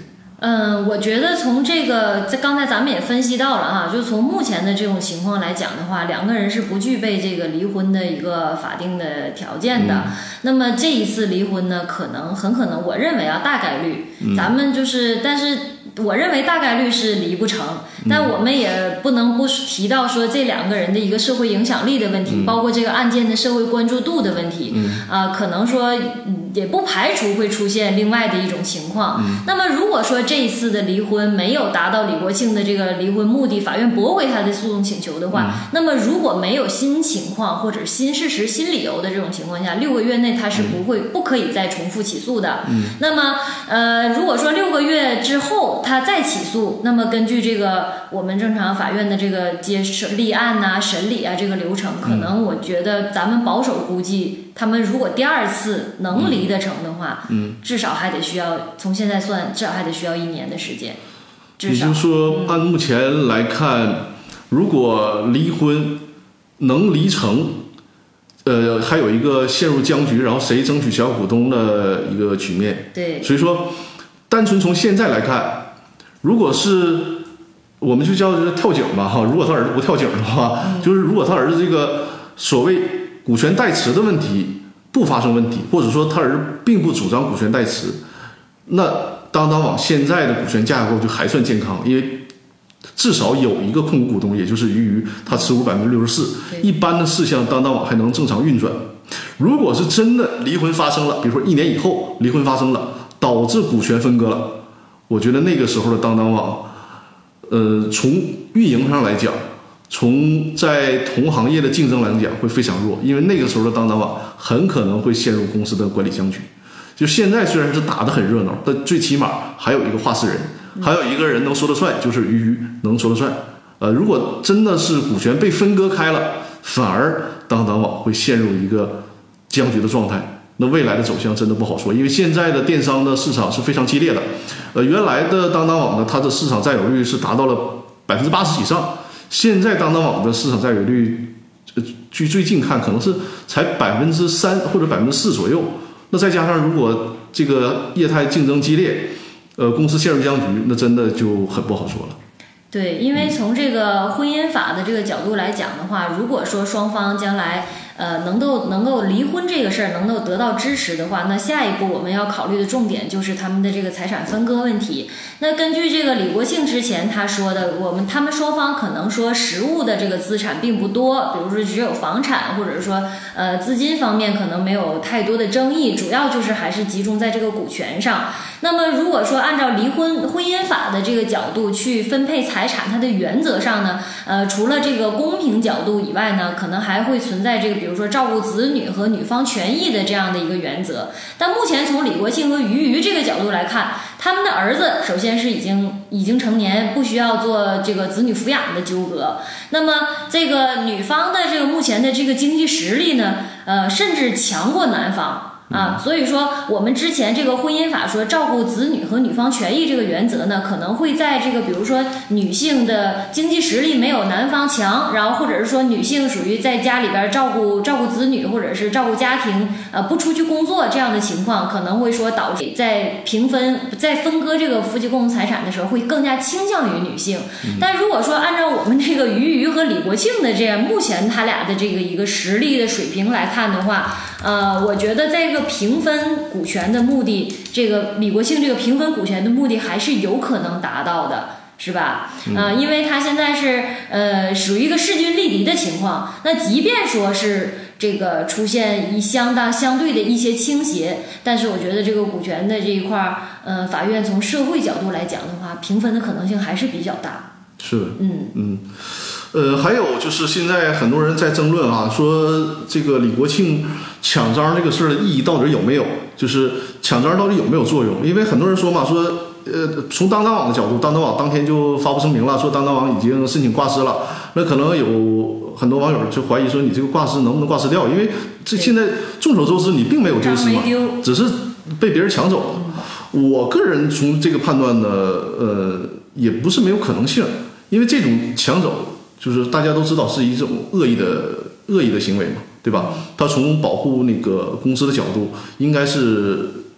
嗯，我觉得从这个，在刚才咱们也分析到了哈，就从目前的这种情况来讲的话，两个人是不具备这个离婚的一个法定的条件的。嗯、那么这一次离婚呢，可能很可能，我认为啊，大概率，嗯、咱们就是，但是我认为大概率是离不成。但我们也不能不提到说这两个人的一个社会影响力的问题，嗯、包括这个案件的社会关注度的问题。嗯、呃，可能说也不排除会出现另外的一种情况。嗯、那么如果说这一次的离婚没有达到李国庆的这个离婚目的，法院驳回他的诉讼请求的话，嗯、那么如果没有新情况或者新事实、新理由的这种情况下，六个月内他是不会、嗯、不可以再重复起诉的。嗯、那么呃，如果说六个月之后他再起诉，那么根据这个我们正常法院的这个接立案呐、啊、审理啊这个流程，可能我觉得咱们保守估计，他们如果第二次能离得成的话，嗯，至少还得需要从现在算，至少还得需要一年的时间。 也就是说，按目前来看，如果离婚能离成，呃，还有一个陷入僵局，然后谁争取小股东的一个局面。 对， 所以说，单纯从现在来看，如果是我们就叫跳井吧哈，如果他儿子不跳井的话，嗯、就是如果他儿子这个所谓股权代持的问题不发生问题，或者说他儿子并不主张股权代持，那当当网现在的股权架构就还算健康，因为至少有一个控股股东，也就是俞渝，他持股百分之六十四，一般的事项当当网还能正常运转。如果是真的离婚发生了，比如说一年以后离婚发生了，导致股权分割了，我觉得那个时候的当当网，呃，从运营上来讲，从在同行业的竞争来讲会非常弱，因为那个时候的当当网很可能会陷入公司的管理僵局。就现在虽然是打得很热闹，但最起码还有一个话事人，还有一个人能说得算，就是俞渝能说得算。呃，如果真的是股权被分割开了，反而当当网会陷入一个僵局的状态，那未来的走向真的不好说。因为现在的电商的市场是非常激烈的，呃，原来的当当网呢，它的市场占有率是达到了百分之八十以上，现在当当网的市场占有率，呃，据最近看可能是才百分之三或者百分之四左右。那再加上如果这个业态竞争激烈，呃，公司陷入僵局，那真的就很不好说了。 对，因为从这个婚姻法的这个角度来讲的话，如果说双方将来呃能够能够离婚这个事儿能够得到支持的话，那下一步我们要考虑的重点就是他们的这个财产分割问题。那根据这个李国庆之前他说的，我们他们双方可能说实物的这个资产并不多，比如说只有房产，或者说呃资金方面可能没有太多的争议，主要就是还是集中在这个股权上。那么如果说按照离婚婚姻法的这个角度去分配财产，它的原则上呢，呃，除了这个公平角度以外呢，可能还会存在这个比如说照顾子女和女方权益的这样的一个原则。但目前从李国庆和俞渝这个角度来看，他们的儿子首先是已经已经成年，不需要做这个子女抚养的纠葛。那么这个女方的这个目前的这个经济实力呢，呃，甚至强过男方。啊，所以说我们之前这个婚姻法说照顾子女和女方权益这个原则呢，可能会在这个比如说女性的经济实力没有男方强，然后或者是说女性属于在家里边照顾照顾子女或者是照顾家庭，呃，不出去工作这样的情况，可能会说导致在平分在分割这个夫妻共同财产的时候会更加倾向于女性。但如果说按照我们这个俞渝和李国庆的这样目前他俩的这个一个实力的水平来看的话，呃，我觉得在这个平分股权的目的，这个李国庆这个平分股权的目的还是有可能达到的，是吧？呃，因为他现在是呃属于一个势均力敌的情况，那即便说是这个出现一相当相对的一些倾斜，但是我觉得这个股权的这一块，呃，法院从社会角度来讲的话，平分的可能性还是比较大。 是的，嗯嗯。呃，还有就是现在很多人在争论啊，说这个李国庆抢章这个事儿的意义到底有没有？就是抢章到底有没有作用？因为很多人说嘛，说呃，从当当网的角度，当当网当天就发布声明了，说当当网已经申请挂失了。那可能有很多网友就怀疑说，你这个挂失能不能挂失掉？因为这现在众所周知，你并没有丢失嘛，只是被别人抢走了。我个人从这个判断呢，呃，也不是没有可能性，因为这种抢走。就是大家都知道是一种恶意的恶意的行为嘛，对吧？他从保护那个公司的角度，应该是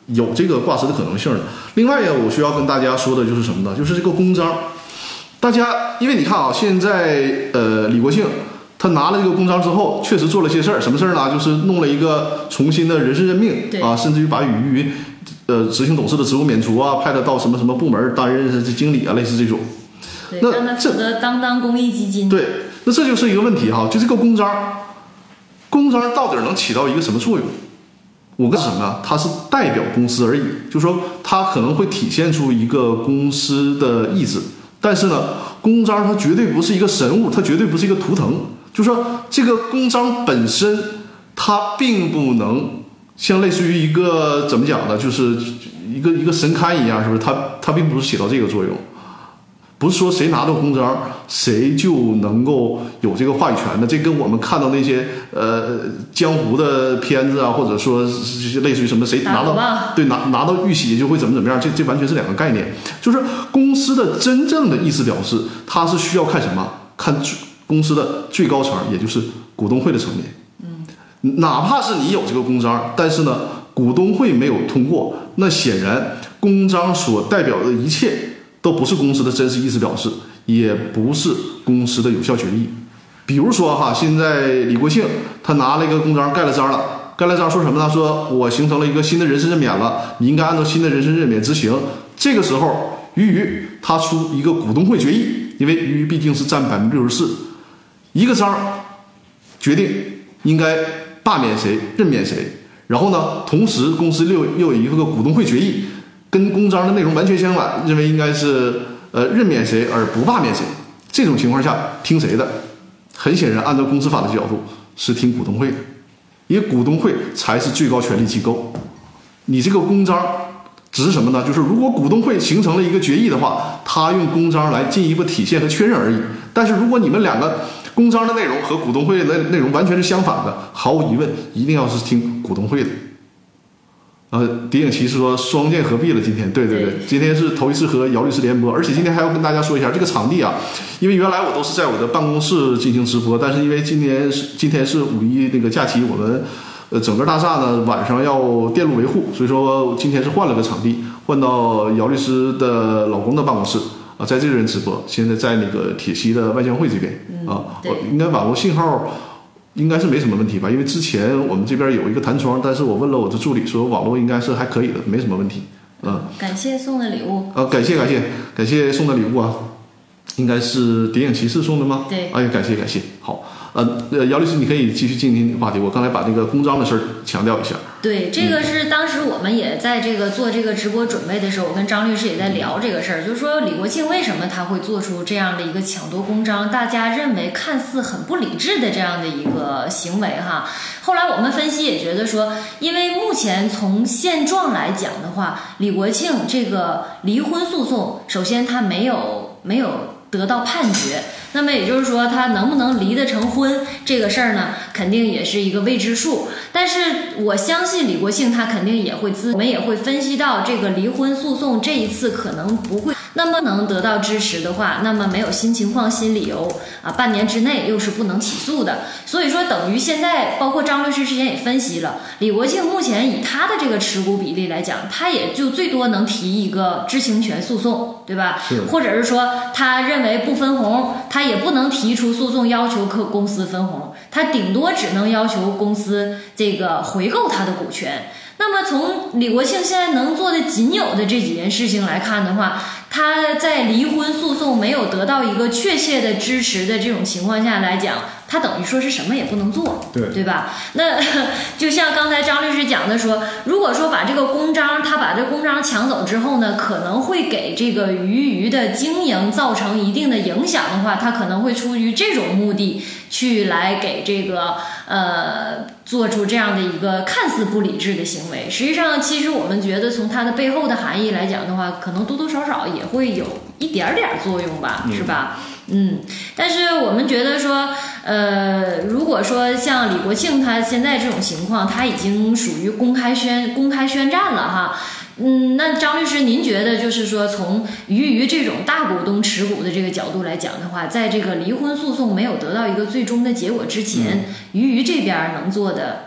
有这个挂失的可能性的。另外呀，我需要跟大家说的就是什么呢？就是这个公章，大家因为你看啊，现在呃李国庆他拿了这个公章之后，确实做了些事儿，什么事儿呢？就是弄了一个重新的人事任命啊，甚至于把于于呃执行董事的职务免除啊，派他到什么什么部门担任经理啊，类似这种。 对，让他负责当当公益基金。 对，那这就是一个问题哈，就这个公章，公章到底能起到一个什么作用？我跟什么？它是代表公司而已，就是说它可能会体现出一个公司的意志，但是呢，公章它绝对不是一个神物，它绝对不是一个图腾，就是说这个公章本身它并不能像类似于一个怎么讲呢，就是一个一个神龛一样，是不是？它它并不是起到这个作用。不是说谁拿到公章谁就能够有这个话语权的，这跟我们看到那些呃江湖的片子啊，或者说类似于什么谁拿到对拿拿到玉玺就会怎么怎么样，这这完全是两个概念。就是公司的真正的意思表示，它是需要看什么？看公司的最高层，也就是股东会的层面。嗯，哪怕是你有这个公章，但是呢，股东会没有通过，那显然公章所代表的一切都不是公司的真实意思表示，也不是公司的有效决议。比如说哈，现在李国庆他拿了一个公章盖了章了，盖了章说什么呢？说我形成了一个新的人事任免了，你应该按照新的人事任免执行。这个时候，俞渝他出一个股东会决议，因为俞渝毕竟是占百分之六十四，一个章决定应该罢免谁，任免谁。然后呢，同时公司又又有一个股东会决议，跟公章的内容完全相反，认为应该是呃任免谁而不罢免谁。这种情况下听谁的？很显然按照公司法的角度是听股东会的，因为股东会才是最高权力机构。你这个公章只是什么呢？就是如果股东会形成了一个决议的话，他用公章来进一步体现和确认而已。但是如果你们两个公章的内容和股东会的内容完全是相反的，毫无疑问一定要是听股东会的。呃，谍影骑士说双剑合璧了，今天对对对，今天是头一次和姚律师联播，而且今天还要跟大家说一下这个场地啊，因为原来我都是在我的办公室进行直播，但是因为今年是今天是五一那个假期，我们呃整个大厦呢晚上要电路维护，所以说今天是换了个场地，换到姚律师的老公的办公室啊，在这边直播，现在在那个铁西的外江汇这边、嗯、啊，应该网络信号应该是没什么问题吧，因为之前我们这边有一个弹窗，但是我问了我的助理说网络应该是还可以的，没什么问题。嗯， 感谢送的礼物。 啊，感谢感谢感谢送的礼物啊，应该是谍影骑士送的吗？ 对。 哎呀，感谢感谢，好。呃呃，姚律师，你可以继续进行话题。我刚才把那个公章的事儿强调一下。 对，这个是当时我们也在这个做这个直播准备的时候，我跟张律师也在聊这个事儿，就是说李国庆为什么他会做出这样的一个抢夺公章，大家认为看似很不理智的这样的一个行为哈。后来我们分析也觉得说，因为目前从现状来讲的话，李国庆这个离婚诉讼，首先他没有没有得到判决。那么也就是说，他能不能离得成婚这个事儿呢，肯定也是一个未知数。但是我相信李国庆他肯定也会自，我们也会分析到这个离婚诉讼这一次可能不会那么能得到支持的话，那么没有新情况、新理由啊，半年之内又是不能起诉的。所以说，等于现在包括张律师之前也分析了，李国庆目前以他的这个持股比例来讲，他也就最多能提一个知情权诉讼，对吧？或者是说他认为不分红，他也不能提出诉讼要求客公司分红，他顶多只能要求公司这个回购他的股权。那么从李国庆现在能做的仅有的这几件事情来看的话，他在离婚诉讼没有得到一个确切的支持的这种情况下来讲，他等于说是什么也不能做， 对对吧？那就像刚才张律师讲的说，如果说把这个公章，他把这个公章抢走之后呢，可能会给这个俞渝的经营造成一定的影响的话，他可能会出于这种目的去来给这个呃做出这样的一个看似不理智的行为。实际上，其实我们觉得从它的背后的含义来讲的话，可能多多少少也会有一点点作用吧， 嗯、 是吧？嗯，但是我们觉得说，呃，如果说像李国庆他现在这种情况，他已经属于公开宣公开宣战了哈。嗯，那张律师，您觉得就是说，从俞渝这种大股东持股的这个角度来讲的话，在这个离婚诉讼没有得到一个最终的结果之前，俞渝、嗯、这边能做的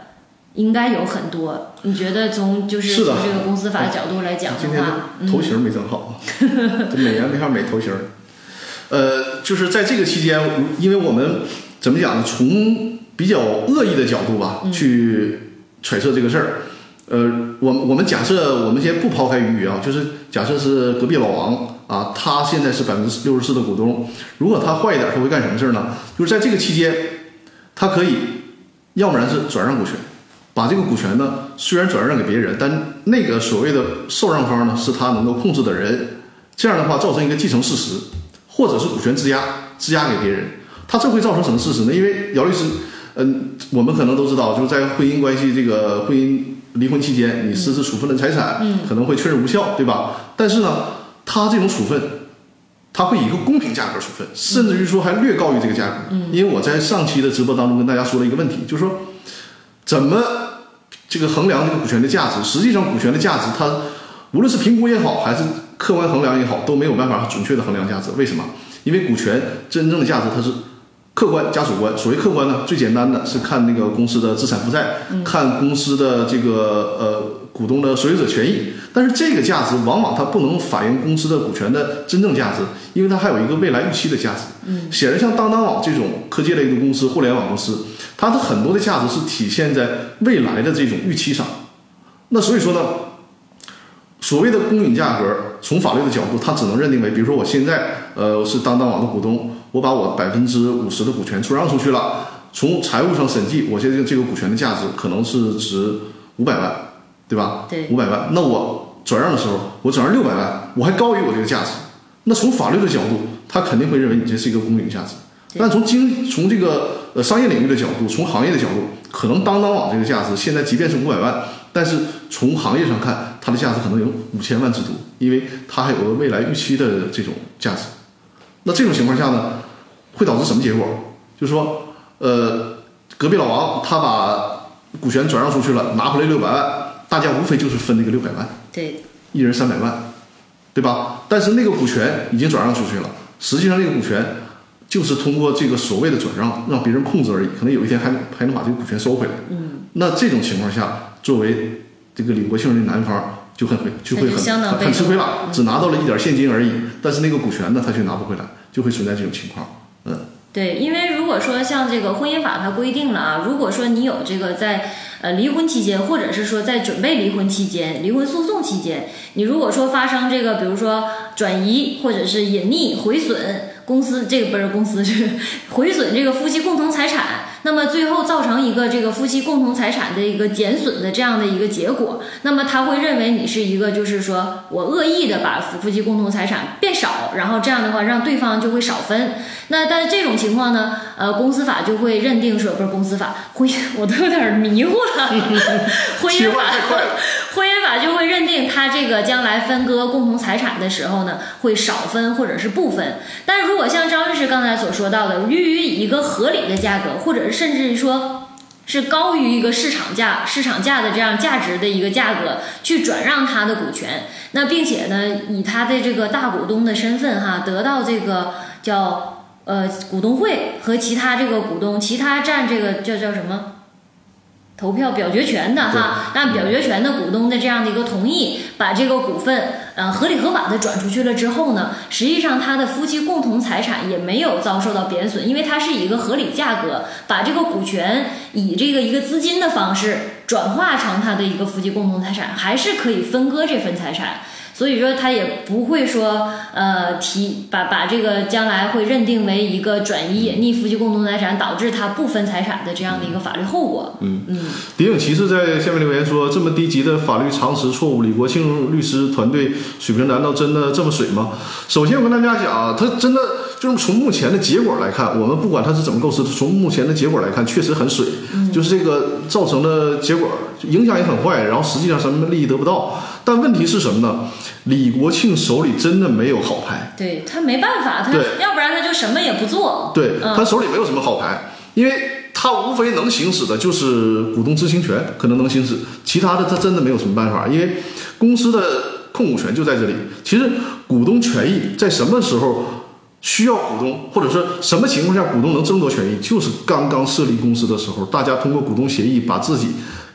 应该有很多。你觉得从就是从这个公司法的角度来讲的话， 今天头型没整好，这美颜没法美头型。呃，就是在这个期间，因为我们怎么讲呢？从比较恶意的角度吧， 嗯、 去揣测这个事儿。呃，我我们假设，我们先不抛开鱼鱼啊，就是假设是隔壁老王啊，他现在是百分之六十四的股东。如果他坏一点，他会干什么事呢？就是在这个期间，他可以要不然是转让股权，把这个股权呢虽然转让给别人，但那个所谓的受让方呢是他能够控制的人，这样的话造成一个继承事实，或者是股权质押质押给别人。他这会造成什么事实呢？因为姚律师，嗯，我们可能都知道，就是在婚姻关系这个婚姻离婚期间，你私自处分的财产可能会确认无效，对吧？但是呢，他这种处分，他会以一个公平价格处分，甚至于说还略高于这个价格。因为我在上期的直播当中跟大家说了一个问题，就是说怎么这个衡量这个股权的价值？实际上，股权的价值，它无论是评估也好，还是客观衡量也好，都没有办法准确的衡量价值。为什么？因为股权真正的价值它是客观加主观。所谓客观呢，最简单的是看那个公司的资产负债，嗯、看公司的这个呃股东的所有者权益。但是这个价值往往它不能反映公司的股权的真正价值，因为它还有一个未来预期的价值。嗯，显然像当当网这种科技类的公司、互联网公司，它的很多的价值是体现在未来的这种预期上。那所以说呢，所谓的公允价格，从法律的角度，它只能认定为，比如说我现在呃是当当网的股东，我把我百分之五十的股权出让出去了，从财务上审计，我现在这个股权的价值可能是值五百万，对吧？ 对， 五百万。那我转让的时候，我转让六百万，我还高于我这个价值。那从法律的角度，他肯定会认为你这是一个公允价值。但从经从这个呃商业领域的角度，从行业的角度，可能当当网这个价值现在即便是五百万，但是从行业上看，它的价值可能有五千万之多，因为它还有个未来预期的这种价值。那这种情况下呢，会导致什么结果？就是说，呃，隔壁老王他把股权转让出去了，拿回来六百万，大家无非就是分那个六百万， 对， 一人三百万，对吧？但是那个股权已经转让出去了，实际上那个股权就是通过这个所谓的转让让别人控制而已，可能有一天还还能把这个股权收回来。嗯，那这种情况下，作为这个李国庆的男方就很就会很很很吃亏了，只拿到了一点现金而已，但是那个股权呢，他却拿不回来，就会存在这种情况。嗯， 对，因为如果说像这个婚姻法它规定了啊，如果说你有这个在呃离婚期间，或者是说在准备离婚期间、离婚诉讼期间，你如果说发生这个，比如说转移或者是隐匿、毁损公司这个不是公司是毁损这个夫妻共同财产，那么最后造成一个这个夫妻共同财产的一个减损的这样的一个结果，那么他会认为你是一个就是说我恶意的把夫妻共同财产变少，然后这样的话让对方就会少分。那但是这种情况呢，呃，公司法就会认定说，不是公司法，婚姻我都有点迷糊了，婚姻法婚姻法就会认定他这个将来分割共同财产的时候呢，会少分或者是不分。但如果像张律师刚才所说到的，予以一个合理的价格，或者是甚至说是高于一个市场价市场价的这样价值的一个价格去转让他的股权，那并且呢以他的这个大股东的身份哈，得到这个叫呃股东会和其他这个股东其他占这个叫叫什么投票表决权的哈，按表决权的股东的这样的一个同意，把这个股份呃合理合法的转出去了之后呢，实际上他的夫妻共同财产也没有遭受到贬损，因为它是以一个合理价格把这个股权以这个一个资金的方式转化成他的一个夫妻共同财产，还是可以分割这份财产。所以说他也不会说呃提把把这个将来会认定为一个转移隐匿夫妻共同财产导致他不分财产的这样的一个法律后果。 嗯嗯。谍影骑士在下面留言说，这么低级的法律常识错误，李国庆律师团队水平难道真的这么水吗？首先我跟大家讲，他真的就是从目前的结果来看，我们不管他是怎么构思的，从目前的结果来看确实很水。嗯，就是这个造成的结果影响也很坏，然后实际上什么利益得不到。但问题是什么呢？李国庆手里真的没有好牌， 对他没办法，他要不然他就什么也不做。 对、嗯、他手里没有什么好牌，因为他无非能行使的就是股东知情权，可能能行使，其他的他真的没有什么办法，因为公司的控股权就在这里。其实股东权益在什么时候需要股东，或者说什么情况下股东能争夺权益，就是刚刚设立公司的时候，大家通过股东协议把自己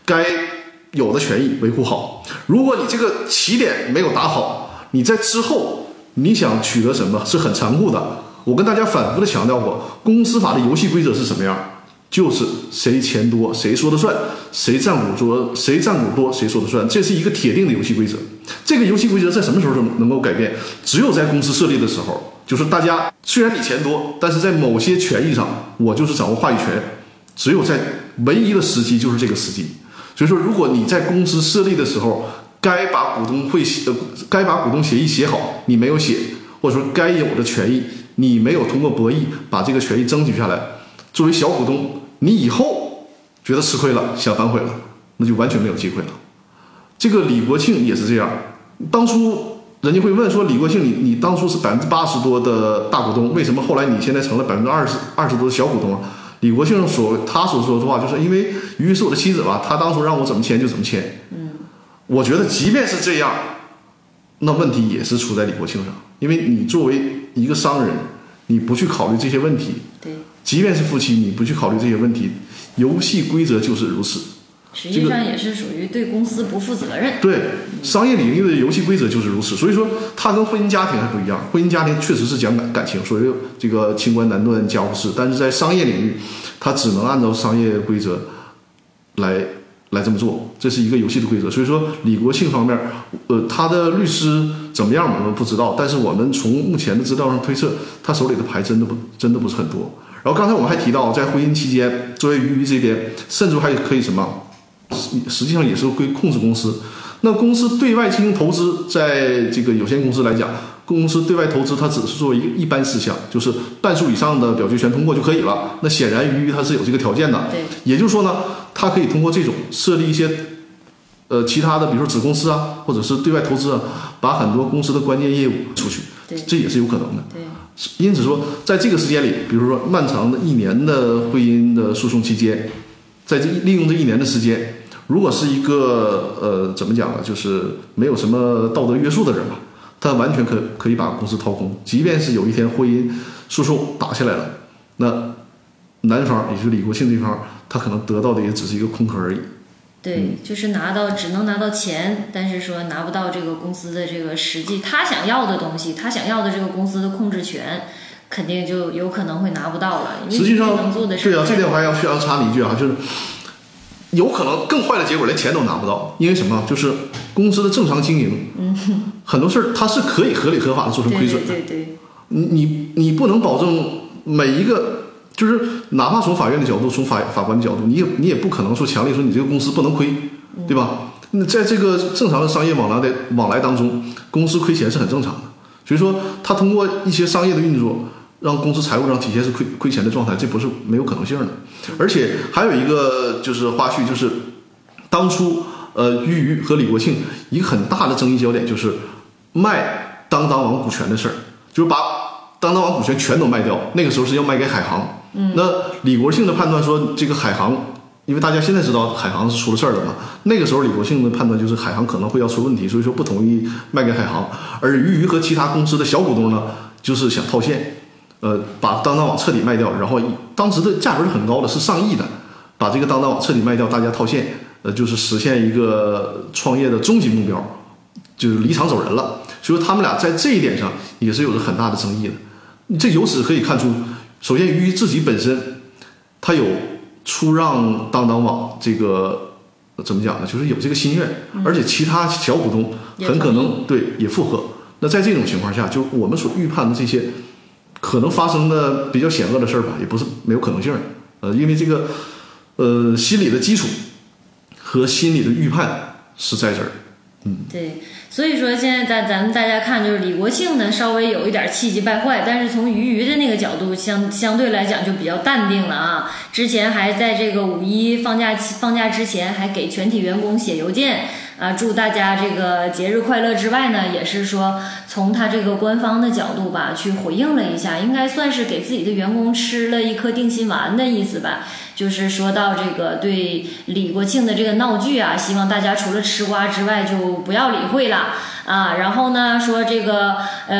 该有的权益维护好。如果你这个起点没有打好，你在之后你想取得什么是很残酷的。我跟大家反复的强调过，公司法的游戏规则是什么样，就是谁钱多谁说了算，谁占股多谁占股多谁说了算，这是一个铁定的游戏规则。这个游戏规则在什么时候能够改变？只有在公司设立的时候，就是大家虽然你钱多，但是在某些权益上我就是掌握话语权，只有在唯一的时机就是这个时机。所以说，如果你在公司设立的时候该把股东会呃该把股东协议写好，你没有写，或者说该有的权益你没有通过博弈把这个权益争取下来，作为小股东，你以后觉得吃亏了想反悔了，那就完全没有机会了。这个李国庆也是这样，当初人家会问说，李国庆你你当初是百分之八十多的大股东，为什么后来你现在成了百分之二十二十多的小股东啊？李国庆所他所说的话就是因为于是我的妻子吧，他当初让我怎么签就怎么签。嗯，我觉得即便是这样，那问题也是出在李国庆上，因为你作为一个商人，你不去考虑这些问题， 对， 即便是夫妻，你不去考虑这些问题，游戏规则就是如此。 实际上也是属于对公司不负责任。 对，商业领域的游戏规则就是如此。所以说，它跟婚姻家庭还不一样。婚姻家庭确实是讲感感情，所谓这个清官难断家务事，但是在商业领域，它只能按照商业规则来来这么做，这是一个游戏的规则。所以说，李国庆方面，呃，他的律师怎么样我们不知道，但是我们从目前的资料上推测，他手里的牌真的不真的不是很多。然后刚才我们还提到，在婚姻期间，作为鱼鱼这边，甚至还可以什么？实际上也是归控制公司。那公司对外进行投资，在这个有限公司来讲，公司对外投资它只是作为一个一般事项，就是半数以上的表决权通过就可以了。那显然鱼鱼它是有这个条件的， 对， 也就是说呢，它可以通过这种设立一些呃其他的，比如说子公司啊，或者是对外投资啊，把很多公司的关键业务出去， 对， 这也是有可能的。 对， 因此说，在这个时间里，比如说漫长的一年的婚姻的诉讼期间，在这利用这一年的时间，如果是一个呃怎么讲呢，就是没有什么道德约束的人吧，他完全可可以把公司掏空。即便是有一天婚姻诉讼打下来了，那男方也就是李国庆这方，他可能得到的也只是一个空壳而已。 对，嗯、就是拿到只能拿到钱，但是说拿不到这个公司的这个实际他想要的东西，他想要的这个公司的控制权，肯定就有可能会拿不到了。因为实际上， 能做的事对啊，这点我还要需要插你一句啊，就是有可能更坏的结果连钱都拿不到，因为什么？就是公司的正常经营，嗯，很多事儿它是可以合理合法的做成亏损的。 对对对， 你你你不能保证每一个。就是哪怕从法院的角度，从法法官的角度，你也你也不可能说强烈说你这个公司不能亏，对吧？那在这个正常的商业往来的往来当中，公司亏钱是很正常的。所以说，他通过一些商业的运作，让公司财务上体现是亏亏钱的状态，这不是没有可能性的。而且还有一个就是花絮，就是当初呃俞渝和李国庆一个很大的争议焦点就是卖当当网股权的事儿，就是把当当网股权全都卖掉，那个时候是要卖给海航。嗯，那李国庆的判断说，这个海航，因为大家现在知道海航是出了事儿了嘛，那个时候李国庆的判断就是海航可能会要出问题，所以说不同意卖给海航。而俞渝和其他公司的小股东呢，就是想套现，呃，把当当网彻底卖掉，然后当时的价格是很高的，是上亿的，把这个当当网彻底卖掉，大家套现，呃，就是实现一个创业的终极目标，就是离场走人了。所以说他们俩在这一点上也是有着很大的争议的。这由此可以看出，首先俞渝自己本身他有出让当当网这个怎么讲呢，就是有这个心愿，而且其他小股东很可能对也附和。那在这种情况下，就我们所预判的这些可能发生的比较险恶的事儿吧，也不是没有可能性的。呃，因为这个呃心理的基础和心理的预判是在这儿。嗯， 对，所以说现在咱咱们大家看，就是李国庆呢稍微有一点气急败坏，但是从俞渝的那个角度相相对来讲就比较淡定了啊。之前还在这个五一放假放假之前，还给全体员工写邮件啊，祝大家这个节日快乐之外呢，也是说从他这个官方的角度吧，去回应了一下，应该算是给自己的员工吃了一颗定心丸的意思吧。就是说到这个对李国庆的这个闹剧啊，希望大家除了吃瓜之外就不要理会了啊。然后呢，说这个呃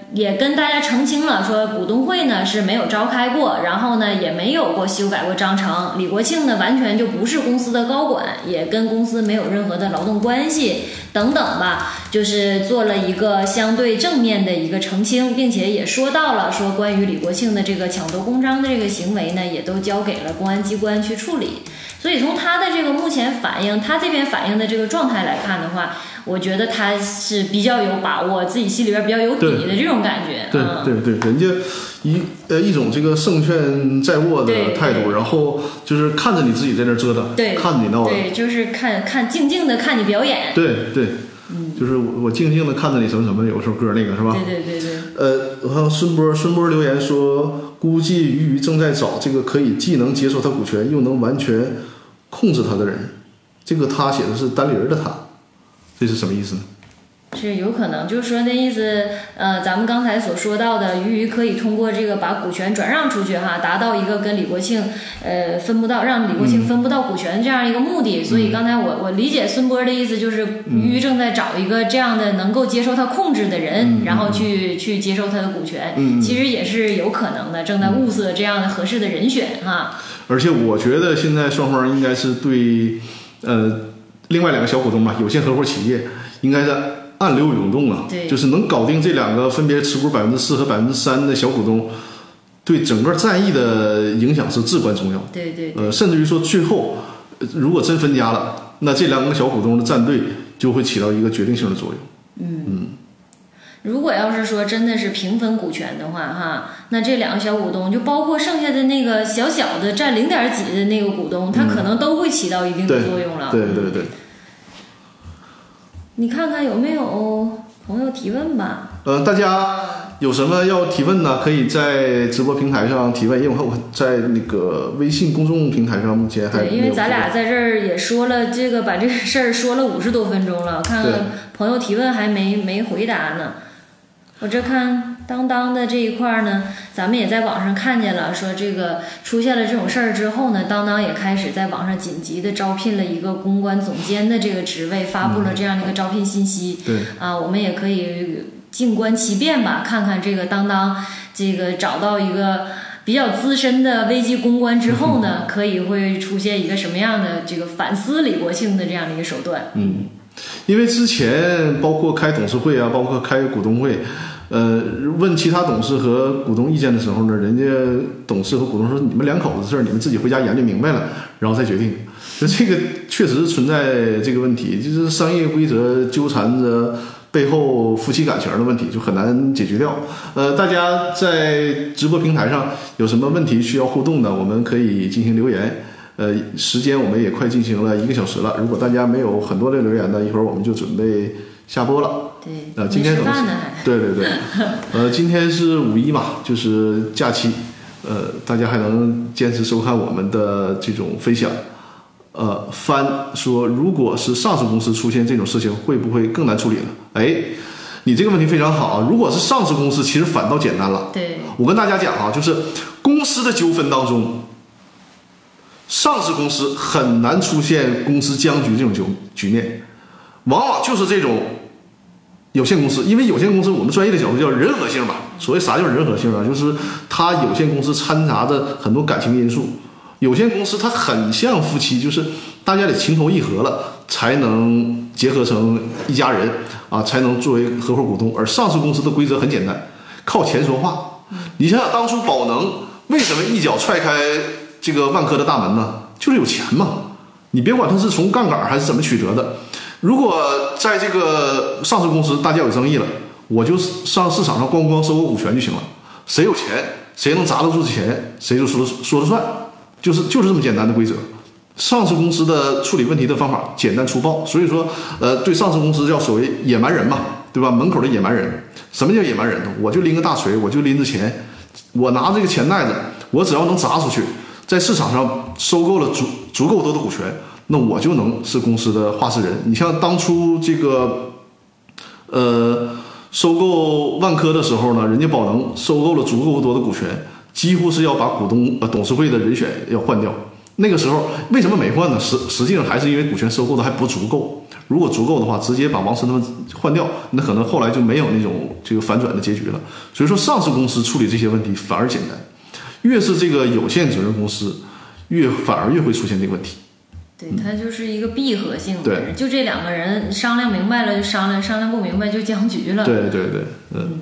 也跟大家澄清了，说股东会呢是没有召开过，然后呢也没有过修改过章程。李国庆呢完全就不是公司的高管，也跟公司没有任何的劳动关系等等吧，就是做了一个相对正面的一个澄清，并且也说到了说关于李国庆的这个抢夺公章的这个行为呢，也都交给了公安机关去处理。所以从他的这个目前反应，他这边反应的这个状态来看的话，我觉得他是比较有把握，自己心里边比较有底的这种感觉。 对、嗯、对对，人家一呃一种这个胜券在握的态度，然后就是看着你自己在那折腾， 对， 看你闹的， 对，就是看看静静的看你表演。 对对，嗯，就是我我静静的看着你什么什么，有首歌那个是吧？ 对对对对。 呃，我看孙波孙波留言说，估计俞渝正在找这个可以既能接受他股权，又能完全控制他的人。这个他写的是单立人的他，这是什么意思呢？ 是有可能，就是说那意思，呃，咱们刚才所说到的，俞渝可以通过这个把股权转让出去哈，达到一个跟李国庆，呃，分不到，让李国庆分不到股权这样一个目的。嗯、所以刚才我我理解孙波的意思，就是俞渝正在找一个这样的能够接受他控制的人，嗯、然后去去接受他的股权。嗯、其实也是有可能的，正在物色这样的合适的人选哈。 而且我觉得现在双方应该是对，呃，另外两个小股东嘛，有限合伙企业应该是暗流涌动啊，就是能搞定这两个分别持股百分之四和百分之三的小股东，对整个战役的影响是至关重要。 对 对, 对，呃，甚至于说最后如果真分家了，那这两个小股东的站队就会起到一个决定性的作用。 嗯嗯，如果要是说真的是平分股权的话，哈，那这两个小股东就包括剩下的那个小小的占零点几的那个股东，他可能都会起到一定的作用了。 嗯、对对对对。 你看看有没有朋友提问吧？ 呃，大家有什么要提问呢？可以在直播平台上提问，因为我在那个微信公众平台上目前还没有。 对，因为咱俩在这儿也说了这个，把这个事儿说了五十多分钟了，看看朋友提问还没没回答呢。我这看当当的这一块呢，咱们也在网上看见了，说这个出现了这种事儿之后呢，当当也开始在网上紧急的招聘了一个公关总监的这个职位，发布了这样的一个招聘信息。 对、 嗯、啊，我们也可以静观其变吧，看看这个当当这个找到一个比较资深的危机公关之后呢，可以会出现一个什么样的这个反思李国庆的这样的一个手段。 嗯，因为之前包括开董事会啊，包括开股东会，呃，问其他董事和股东意见的时候呢，人家董事和股东说你们两口子事儿，你们自己回家研究明白了，然后再决定。就这个确实存在这个问题，就是商业规则纠缠着背后夫妻感情的问题，就很难解决掉。呃，大家在直播平台上有什么问题需要互动的，我们可以进行留言。呃，时间我们也快进行了一个小时了，如果大家没有很多的留言呢，一会儿我们就准备下播了。 对， 呃，今天吃饭呢还？ 对对对，呃，今天是五一嘛，就是假期，呃，大家还能坚持收看我们的这种分享。呃，帆说，如果是上市公司出现这种事情，会不会更难处理了？哎，你这个问题非常好啊！如果是上市公司，其实反倒简单了。 对， 我跟大家讲啊，就是公司的纠纷当中，上市公司很难出现公司僵局这种局局面，往往就是这种有限公司，因为有限公司我们专业的角度叫人和性吧。所谓啥叫人和性啊？就是它有限公司掺杂着很多感情因素。有限公司它很像夫妻，就是大家得情投意合了，才能结合成一家人啊，才能作为合伙股东。而上市公司的规则很简单，靠钱说话。你想想当初宝能为什么一脚踹开这个万科的大门呢？就是有钱嘛。你别管它是从杠杆还是怎么取得的，如果在这个上市公司大家有争议了，我就上市场上咣咣收购股权就行了，谁有钱谁能砸得住钱，谁就说了说了算。就是就是这么简单的规则，上市公司的处理问题的方法简单粗暴，所以说，呃，对上市公司叫所谓野蛮人嘛，对吧？门口的野蛮人，什么叫野蛮人呢？我就拎个大锤，我就拎着钱，我拿这个钱袋子，我只要能砸出去，在市场上收购了足足够多的股权，那我就能是公司的话事人。你像当初这个，呃，收购万科的时候呢，人家宝能收购了足够多的股权。几乎是要把股东呃董事会的人选要换掉。那个时候为什么没换呢？实实际上还是因为股权收购的还不足够， 如果足够的话，直接把王石他们换掉，那可能后来就没有那种这个反转的结局了。所以说，上市公司处理这些问题反而简单，越是这个有限责任公司，越反而越会出现这个问题。 对，它就是一个闭合性的， 对， 就这两个人商量明白了就商量，商量不明白就僵局了。 对对对，嗯。嗯，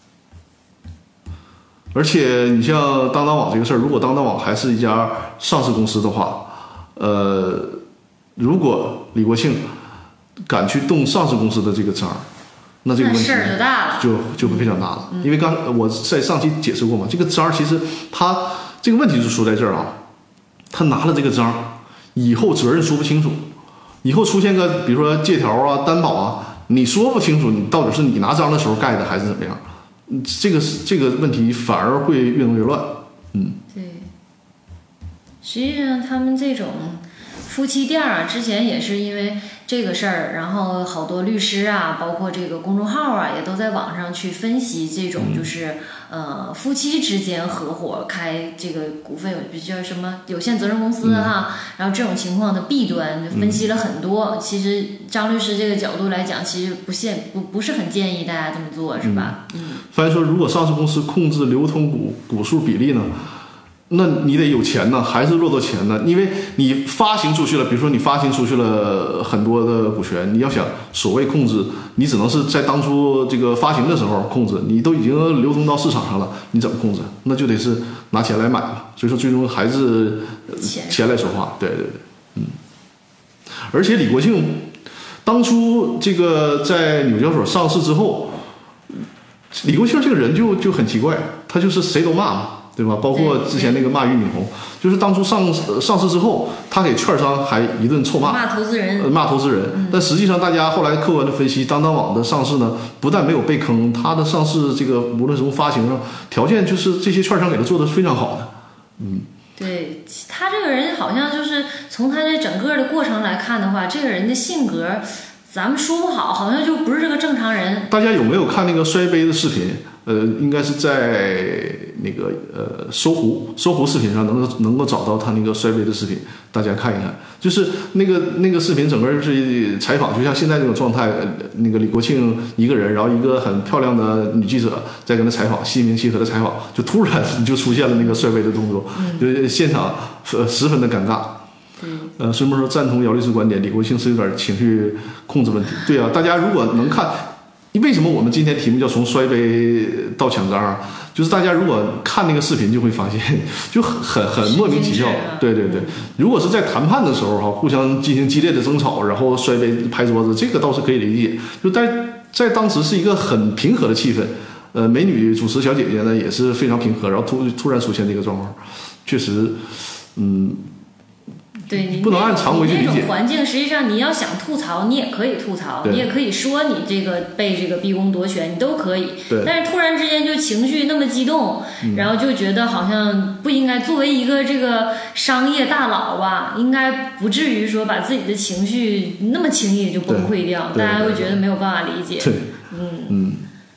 而且你像当当网这个事儿，如果当当网还是一家上市公司的话，呃，如果李国庆敢去动上市公司的这个章，那这个问题事儿就大了， 就就会非常大了。嗯、因为刚我在上期解释过嘛，这个章其实他这个问题就出在这儿啊，他拿了这个章，以后责任说不清楚，以后出现个比如说借条啊、担保啊，你说不清楚你到底是你拿章的时候盖的还是怎么样。这个这个问题反而会越弄越乱，嗯， 对。实际上，他们这种夫妻店啊，之前也是因为这个事儿，然后好多律师啊，包括这个公众号啊，也都在网上去分析这种就是、嗯、呃夫妻之间合伙开这个股份有叫什么有限责任公司哈、嗯，然后这种情况的弊端就分析了很多。嗯、其实张律师这个角度来讲，其实不现不不是很建议大家这么做，是吧？嗯。 反正说，如果上市公司控制流通股股数比例呢？那你得有钱呢，还是落到钱呢？因为你发行出去了，比如说你发行出去了很多的股权，你要想所谓控制，你只能是在当初这个发行的时候控制，你都已经流通到市场上了，你怎么控制？那就得是拿钱来买了。所以说，最终还是钱来说话。对对对，嗯。而且李国庆当初这个在纽交所上市之后，李国庆这个人就就很奇怪，他就是谁都骂嘛。对吧？包括之前那个骂俞敏洪，就是当初上上市之后，他给券商还一顿臭骂， 骂投资人， 呃、骂投资人、嗯。但实际上，大家后来客观的分析，当当网的上市呢，不但没有被坑，它的上市这个无论是从发行上条件，就是这些券商给他做的是非常好的。嗯， 对他这个人好像就是从他这整个的过程来看的话，这个人的性格，咱们说不好，好像就不是这个正常人。 大家有没有看那个摔杯的视频？呃，应该是在那个呃搜狐搜狐视频上能够能够找到他那个摔杯的视频，大家看一看。就是那个那个视频整个是采访，就像现在这种状态，那个李国庆一个人，然后一个很漂亮的女记者在跟他采访，心平气和的采访，就突然就出现了那个摔杯的动作，就现场呃十分的尴尬。呃，孙博说赞同姚律师观点，李国庆是有点情绪控制问题。对啊，大家如果能看。为什么我们今天题目叫从摔杯到抢章啊？就是大家如果看那个视频，就会发现就很很很莫名其妙。对对对，如果是在谈判的时候哈，互相进行激烈的争吵，然后摔杯拍桌子，这个倒是可以理解。就在在当时是一个很平和的气氛，呃，美女主持小姐姐呢也是非常平和，然后突突然出现这个状况，确实，嗯。 对，你不能按常规去理解。 那种环境，实际上你要想吐槽，你也可以吐槽，你也可以说你这个被这个逼宫夺权，你都可以。 对。 但是突然之间就情绪那么激动，嗯、然后就觉得好像不应该。作为一个这个商业大佬吧，应该不至于说把自己的情绪那么轻易就崩溃掉，大家会觉得没有办法理解。 对， 嗯嗯。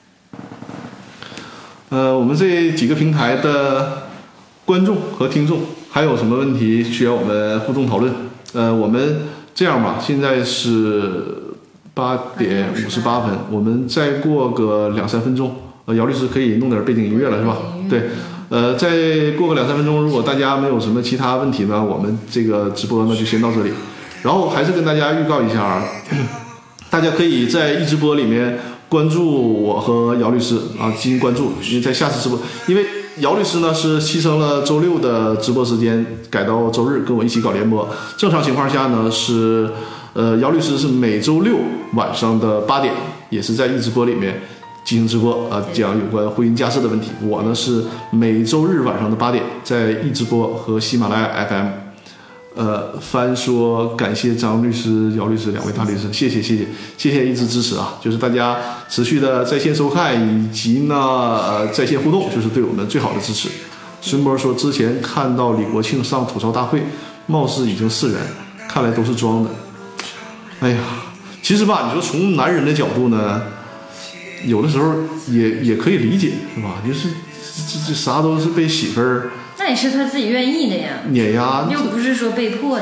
呃，我们这几个平台的观众和听众。还有什么问题需要我们互动讨论？呃，我们这样吧，现在是八点五十八分，我们再过个两三分钟，呃，姚律师可以弄点背景音乐了，是吧？对，呃，再过个两三分钟，如果大家没有什么其他问题呢，我们这个直播呢就先到这里。然后还是跟大家预告一下，大家可以在一直播里面关注我和姚律师啊，进行关注，因为在下次直播，因为。姚律师呢是牺牲了周六的直播时间，改到周日跟我一起搞联播。正常情况下呢是，呃，姚律师是每周六晚上的八点，也是在一直播里面进行直播啊，讲有关婚姻家事的问题。我呢是每周日晚上的八点，在一直播和喜马拉雅 F M。呃，翻说感谢张律师、姚律师两位大律师，谢谢谢谢谢谢一直支持啊！就是大家持续的在线收看以及呢呃在线互动，就是对我们最好的支持。孙波说，之前看到李国庆上吐槽大会，貌似已经释然，看来都是装的。哎呀，其实吧，你说从男人的角度呢，有的时候也也可以理解，是吧？就是这这啥都是被媳妇儿。 那也是他自己愿意的呀， 碾压， 又不是说被迫的。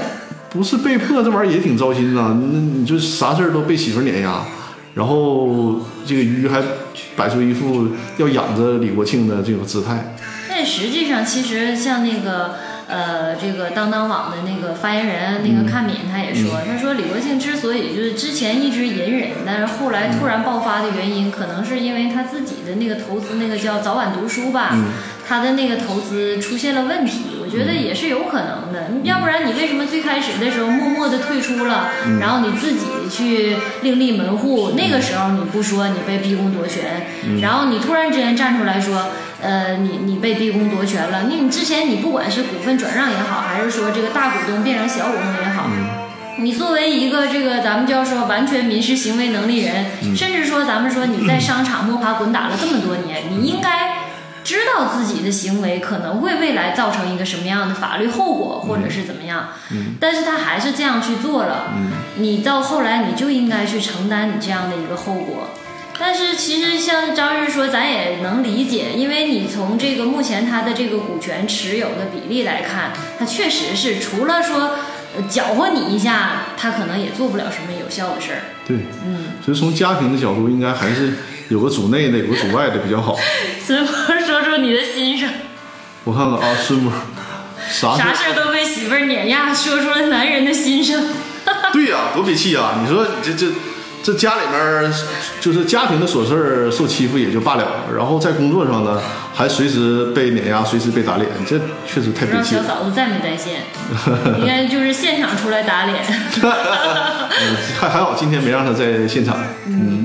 不是被迫，这玩意儿也挺糟心呐。那你就啥事儿都被媳妇碾压，然后这个于还摆出一副要养着李国庆的这种姿态。 但实际上，其实像那个呃，这个当当网的那个发言人那个阚敏他也说，嗯、他说李国庆之所以就是之前一直隐忍，但是后来突然爆发的原因，可能是因为他自己的那个投资，那个叫早晚读书吧。嗯，他的那个投资出现了问题，我觉得也是有可能的。嗯、要不然你为什么最开始的时候默默的退出了，嗯、然后你自己去另立门户？那个时候你不说你被逼宫夺权，嗯、然后你突然之间站出来说，呃，你你被逼宫夺权了。你你之前你不管是股份转让也好，还是说这个大股东变成小股东也好。嗯，你作为一个这个咱们叫说完全民事行为能力人，嗯、甚至说咱们说你在商场摸爬滚打了这么多年，你应该知道自己的行为可能会未来造成一个什么样的法律后果，或者是怎么样，嗯、但是他还是这样去做了，嗯、你到后来你就应该去承担你这样的一个后果。但是其实像张日说，咱也能理解，因为你从这个目前他的这个股权持有的比例来看，他确实是除了说搅和你一下，他可能也做不了什么有效的事儿。 对，嗯，所以从家庭的角度，应该还是有个主内的，有个主外的比较好。 孙波说出你的心声。 我看看啊，孙波，啥啥事都被媳妇儿碾压，说出了男人的心声。 对呀、啊，多憋气啊！你说这这这家里面就是家庭的琐事受欺负也就罢了，然后在工作上呢还随时被碾压，随时被打脸，这确实太憋气了。 不知道小嫂子在没在线？应该就是现场出来打脸。 还还好今天没让他在现场。嗯。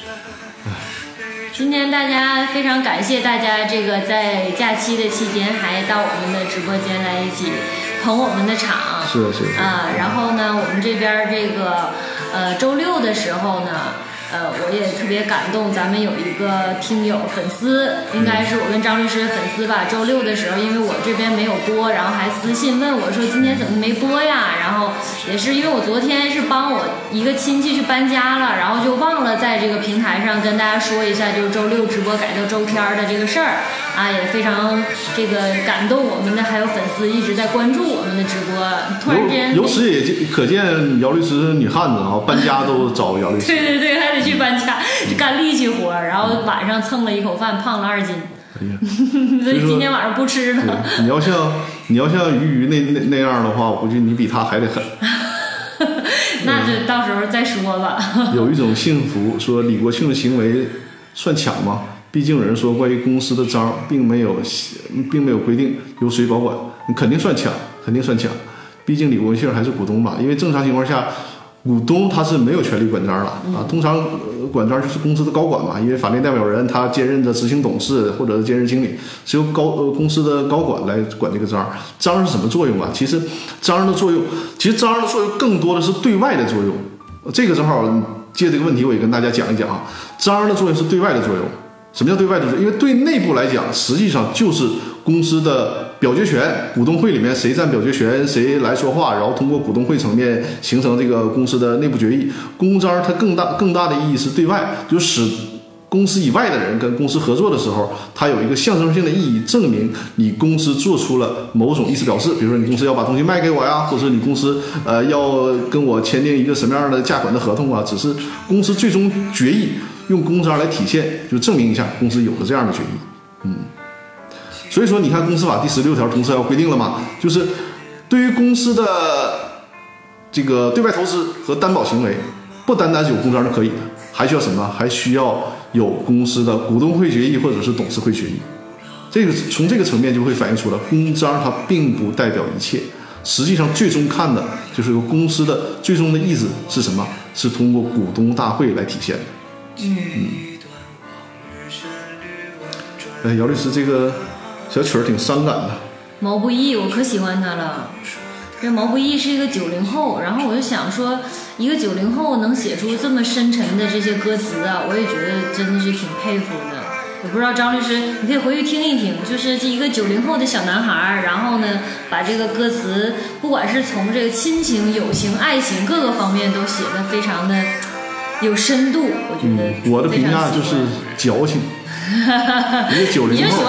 今天大家非常感谢大家这个在假期的期间还到我们的直播间来一起捧我们的场。 是是是啊，然后呢，我们这边这个呃周六的时候呢。呃，我也特别感动，咱们有一个听友粉丝，应该是我跟张律师的粉丝吧。周六的时候，因为我这边没有播，然后还私信问我说今天怎么没播呀？然后也是因为我昨天是帮我一个亲戚去搬家了，然后就忘了在这个平台上跟大家说一下，就是周六直播改到周天的这个事儿啊，也非常这个感动我们的，还有粉丝一直在关注我们的直播。突然间， 由此也可见姚律师女汉子啊，搬家都找姚律师。 对对对，还得去搬家，干力气活，然后晚上蹭了一口饭，胖了二斤。 哎呀， 所以今天晚上不吃了。 你要像你要像鱼鱼那那那样的话，我估计你比他还得狠。 那就到时候再说吧。 有一种幸福，说李国庆的行为算抢吗？毕竟有人说关于公司的章并没有并没有规定由谁保管，你肯定算抢，肯定算抢。毕竟李国庆还是股东吧，因为正常情况下。股东他是没有权利管章了啊，通常管章就是公司的高管嘛，因为法定代表人他兼任着执行董事或者是兼任经理，是由高呃公司的高管来管这个章。章是什么作用啊？其实章的作用，其实章的作用更多的是对外的作用。这个正好借这个问题我也跟大家讲一讲啊，章的作用是对外的作用。什么叫对外的作用？因为对内部来讲，实际上就是公司的表决权，股东会里面谁占表决权，谁来说话，然后通过股东会层面形成这个公司的内部决议。公章它更大更大的意义是对外，就使公司以外的人跟公司合作的时候，它有一个象征性的意义，证明你公司做出了某种意思表示。比如说你公司要把东西卖给我呀，或者是你公司呃要跟我签订一个什么样的价款的合同啊，只是公司最终决议用公章来体现，就证明一下公司有了这样的决议。嗯。所以说你看公司法第十六条同时要规定了嘛，就是对于公司的这个对外投资和担保行为，不单单是有公章就可以的，还需要什么？还需要有公司的股东会决议或者是董事会决议。这个从这个层面就会反映出来，公章它并不代表一切，实际上最终看的就是有公司的最终的意志是什么？是通过股东大会来体现的。嗯嗯。哎，姚律师这个小曲儿挺伤感的。 毛不易，我可喜欢他了。这毛不易是一个九零后，然后我就想说，一个九零后能写出这么深沉的这些歌词啊，我也觉得真的是挺佩服的。我不知道张律师，你可以回去听一听，就是这一个九零后的小男孩，然后呢，把这个歌词，不管是从这个亲情、友情、爱情各个方面都写得非常的有深度，我觉得、 嗯。我的评价就是矫情。一个九零后， 你就喜欢二手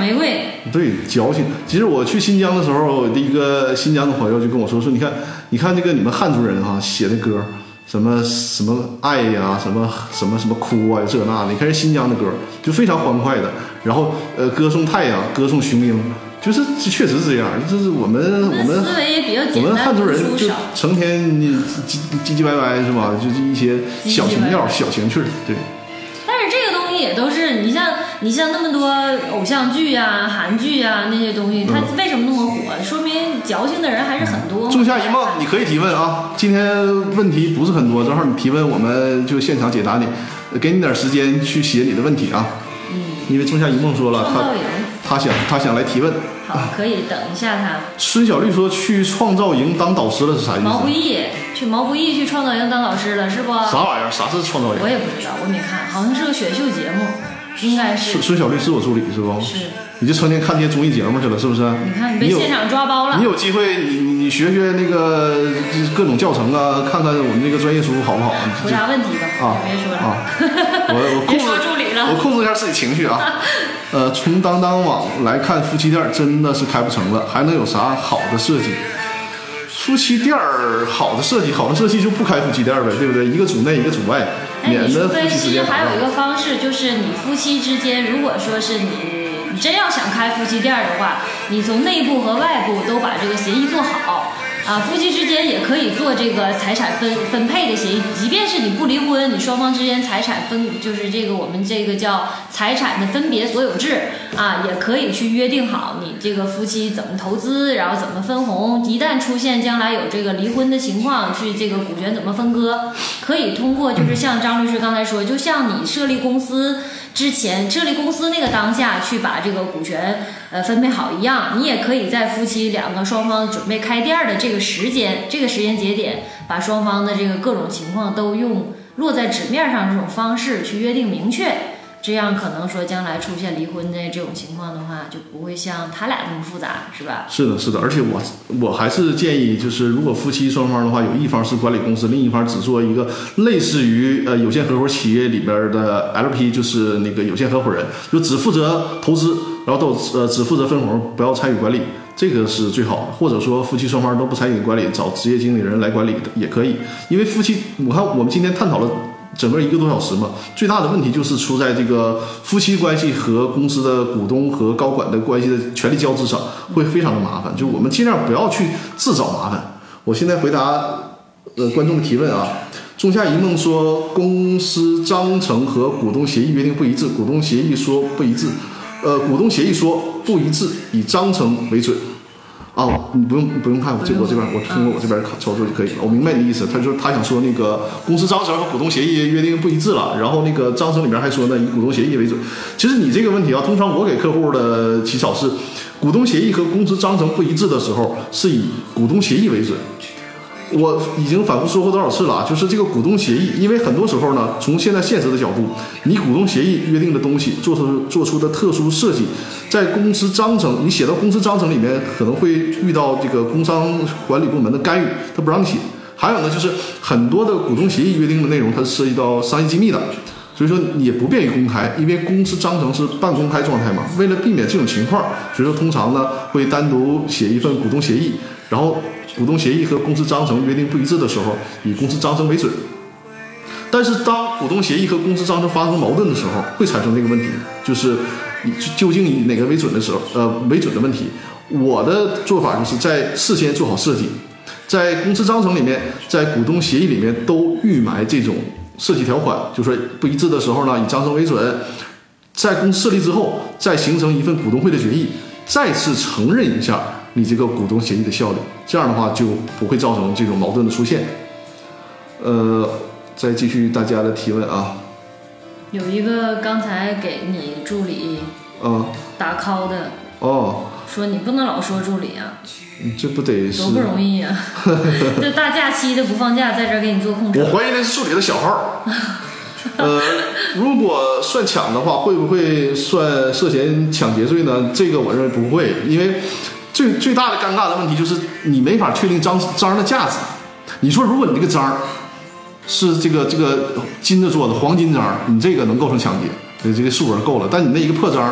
玫瑰。 对，矫情。其实我去新疆的时候，我的一个新疆的朋友就跟我说说，你看，你看这个你们汉族人哈、啊、写的歌，什么什么爱呀、啊，什么什么什么哭啊，这那的，你看人新疆的歌就非常欢快的，然后呃歌颂太阳，歌颂雄鹰。就是确实是这样，就是我们我们思维也比较简单， 我们汉族人就成天你唧唧唧歪歪是吧？就是一些小情调、小情趣，对。 但是这个东西也都是你像你像那么多偶像剧啊、韩剧啊那些东西，它为什么那么火？嗯、说明矫情的人还是很多。 仲夏一梦，你可以提问啊。今天问题不是很多，正好你提问，我们就现场解答你，给你点时间去写你的问题啊。嗯。因为仲夏一梦说了，他他想他想来提问。 好，可以等一下他。 孙小绿说去创造营当导师了是啥意思？ 毛不易去毛不易去创造营当导师了是不？ 啥玩意儿？啥是创造营？ 我也不知道，我没看，好像是个选秀节目，应该是。 孙小绿是我助理是不？ 是。 你就成天看这些综艺节目去了是不是？ 你看你被现场抓包了。 你有机会你你学学那个各种教程啊，看看我们这个专业书好不好？ 回答问题吧。啊，别说了。 啊，我我控制助理了， 我控制一下自己情绪啊。呃，从当当网来看，夫妻店真的是开不成了，还能有啥好的设计？夫妻店好的设计，好的设计就不开夫妻店呗，对不对？一个主内，一个主外，免得夫妻之间还有一个方式，就是你夫妻之间，如果说是你你真要想开夫妻店的话，你从内部和外部都把这个协议做好。啊，夫妻之间也可以做这个财产分分配的协议，即便是你不离婚，你双方之间财产分就是这个我们这个叫财产的分别所有制啊，也可以去约定好你这个夫妻怎么投资，然后怎么分红，一旦出现将来有这个离婚的情况，去这个股权怎么分割，可以通过就是像张律师刚才说，就像你设立公司之前设立公司那个当下去把这个股权呃分配好一样，你也可以在夫妻两个双方准备开店的这个时间这个时间节点，把双方的这个各种情况都用落在纸面上这种方式去约定明确，这样可能说将来出现离婚的这种情况的话，就不会像他俩那么复杂，是吧？ 是的，是的，而且我我还是建议，就是如果夫妻双方的话，有一方是管理公司，另一方只做一个类似于呃有限合伙企业里边的 L P， 就是那个有限合伙人，就只负责投资，然后都呃只负责分红，不要参与管理，这个是最好的。或者说夫妻双方都不参与管理，找职业经理人来管理的也可以。因为夫妻，我看我们今天探讨了整个一个多小时嘛，最大的问题就是出在这个夫妻关系和公司的股东和高管的关系的权力交织上，会非常的麻烦。就我们尽量不要去自找麻烦。我现在回答呃观众的提问啊，仲夏一梦说公司章程和股东协议约定不一致，股东协议说不一致，呃股东协议说不一致，以章程为准。哦，你不用不用看我这我这边，我通过我这边操作就可以了。我明白你的意思，他说他想说那个公司章程和股东协议约定不一致了，然后那个章程里面还说呢以股东协议为准。其实你这个问题啊，通常我给客户的起草是股东协议和公司章程不一致的时候，是以股东协议为准。我已经反复说过多少次了，就是这个股东协议，因为很多时候呢，从现在现实的角度，你股东协议约定的东西做出做出的特殊设计，在公司章程你写到公司章程里面，可能会遇到这个工商管理部门的干预，他不让你写。还有呢，就是很多的股东协议约定的内容，它是涉及到商业机密的，所以说也不便于公开，因为公司章程是半公开状态嘛。为了避免这种情况，所以说通常呢会单独写一份股东协议，然后股东协议和公司章程约定不一致的时候，以公司章程为准。但是当股东协议和公司章程发生矛盾的时候，会产生这个问题，就是你究竟以哪个为准的时候，呃，为准的问题。我的做法就是在事先做好设计，在公司章程里面，在股东协议里面都预埋这种设计条款，就是不一致的时候呢，以章程为准。在公司设立之后，再形成一份股东会的决议，再次承认一下你这个股东协议的效力，这样的话就不会造成这种矛盾的出现。呃，再继续大家的提问啊。 有一个刚才给你助理啊打 call 的哦， 说你不能老说助理啊， 这不得是多不容易啊！这大假期的不放假，在这儿给你做控制。 我怀疑那是助理的小号。呃，如果算抢的话，会不会算涉嫌抢劫罪呢？这个我认为不会，因为最最大的尴尬的问题就是你没法确定章章的价值。你说如果你这个章是这个这个金子做的黄金章，你这个能构成抢劫，这个数额够了。但你那一个破章，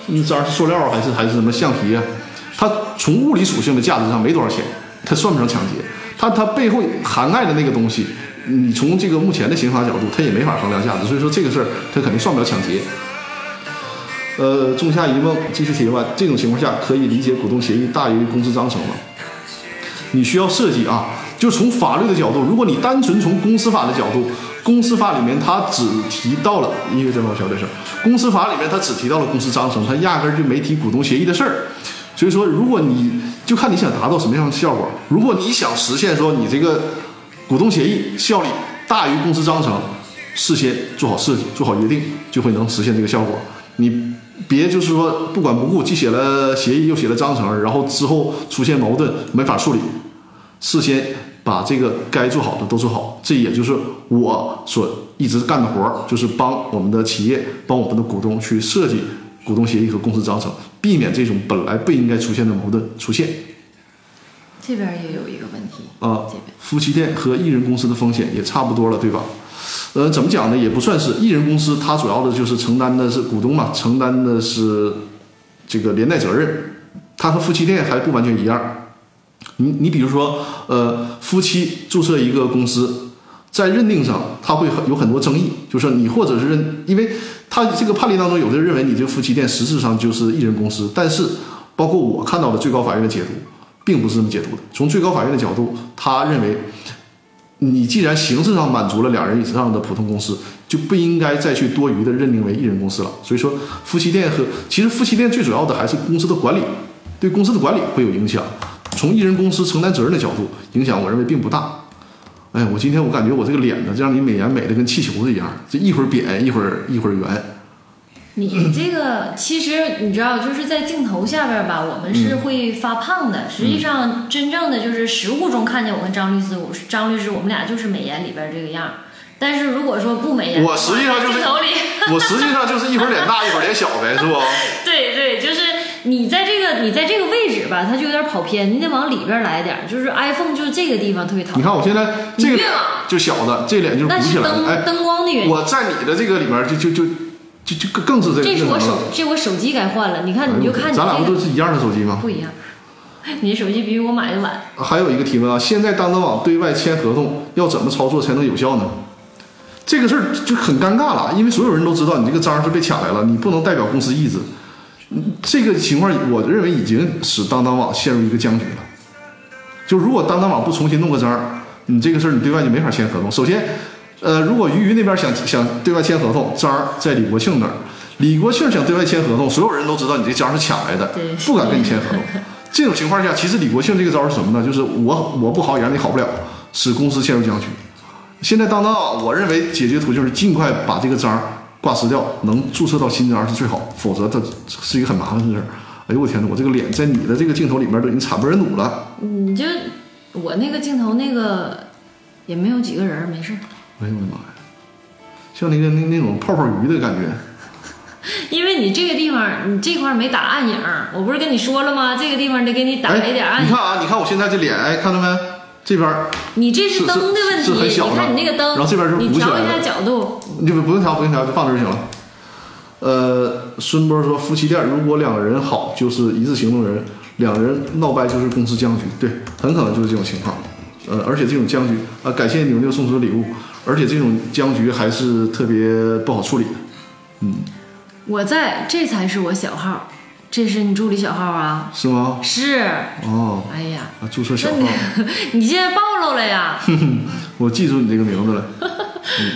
你章是塑料还是还是什么橡皮啊？它从物理属性的价值上没多少钱，它算不上抢劫。它它背后涵盖的那个东西，你从这个目前的刑法角度，它也没法衡量价值。所以说这个事儿，它肯定算不了抢劫。呃，仲夏一梦继续提问：这种情况下可以理解股东协议大于公司章程吗？你需要设计啊，就从法律的角度，如果你单纯从公司法的角度，公司法里面它只提到了音乐这帮小的事儿，公司法里面它只提到了公司章程，它压根儿就没提股东协议的事儿。所以说，如果你就看你想达到什么样的效果，如果你想实现说你这个股东协议效力大于公司章程，事先做好设计，做好约定，就会能实现这个效果。你别就是说不管不顾，既写了协议又写了章程，然后之后出现矛盾没法处理，事先把这个该做好的都做好。这也就是我所一直干的活儿，就是帮我们的企业，帮我们的股东去设计股东协议和公司章程，避免这种本来不应该出现的矛盾出现。 这边也有一个问题啊，夫妻店和艺人公司的风险也差不多了，对吧？呃，怎么讲呢？也不算是艺人公司，它主要的就是承担的是股东嘛，承担的是这个连带责任。它和夫妻店还不完全一样。你你比如说，呃，夫妻注册一个公司，在认定上它会有很多争议，就是说你或者是认，因为它这个判例当中，有的人认为你这个夫妻店实质上就是艺人公司，但是包括我看到的最高法院的解读，并不是这么解读的。从最高法院的角度，他认为你既然形式上满足了两人以上的普通公司，就不应该再去多余的认定为艺人公司了。所以说，夫妻店和其实夫妻店最主要的还是公司的管理，对公司的管理会有影响。从艺人公司承担责任的角度，影响我认为并不大。哎，我今天我感觉我这个脸呢，让你美颜美的跟气球子一样，这一会儿扁，一会儿一会儿圆。 你这个其实你知道，就是在镜头下边吧，我们是会发胖的。嗯、实际上，真正的就是实物中看见我跟张律师，我张律师，我们俩就是美颜里边这个样。但是如果说不美颜， 我实际上就是镜头里， 我实际上就是一会儿脸大，一会儿脸小呗，是不？ 对对，就是你在这个你在这个位置吧，它就有点跑偏，你得往里边来点。就是 iPhone 就是这个地方特别讨厌。 你看我现在这个脸就小的，这脸就是鼓起来的。 哎，灯光的原因。 我在你的这个里面就就就。就就更是这个， 这是我手，这我手机该换了。你看，你就看你、这个， 咱俩不都是一样的手机吗？ 不一样，你手机比我买的晚。 还有一个提问啊，现在当当网对外签合同要怎么操作才能有效呢？这个事儿就很尴尬了，因为所有人都知道你这个章是被抢来了，你不能代表公司意志。这个情况，我认为已经使当当网陷入一个僵局了。就如果当当网不重新弄个章，你这个事儿你对外就没法签合同。首先。呃，如果鱼鱼那边想想对外签合同，章在李国庆那儿，李国庆想对外签合同，所有人都知道你这章是抢来的，不敢跟你签合同。这种情况下，其实李国庆这个招是什么呢？就是我我不好眼里好不了，使公司陷入僵局。现在当当网，我认为解决途径是尽快把这个章挂失掉，能注册到新章是最好，否则它是一个很麻烦的事儿。哎呦我天哪，我这个脸在你的这个镜头里面都已经惨不忍睹了。 你就我那个镜头那个也没有几个人，没事。 哎呦我的妈呀，像那个那那种泡泡鱼的感觉。 因为你这个地方，你这块没打暗影，我不是跟你说了吗？这个地方得给你打一点暗影。 你看啊，你看我现在这脸，哎，看到没？这边你这是灯的问题， 你看你那个灯， 然后这边是鼓起来的， 你调一下角度。 你不不用调，不用调，就放这就行了。呃，孙波说，夫妻店如果两个人好，就是一致行动人；两人闹掰，就是公司僵局。对，很可能就是这种情况。呃，而且这种僵局啊，感谢牛牛送出的礼物。而且这种僵局还是特别不好处理的，嗯。 我在，这才是我小号，这是你助理小号啊？ 是吗？ 是。 哦。 哎呀， 啊，注册小号。 你, 你现在暴露了呀！ 我记住你这个名字了。嗯。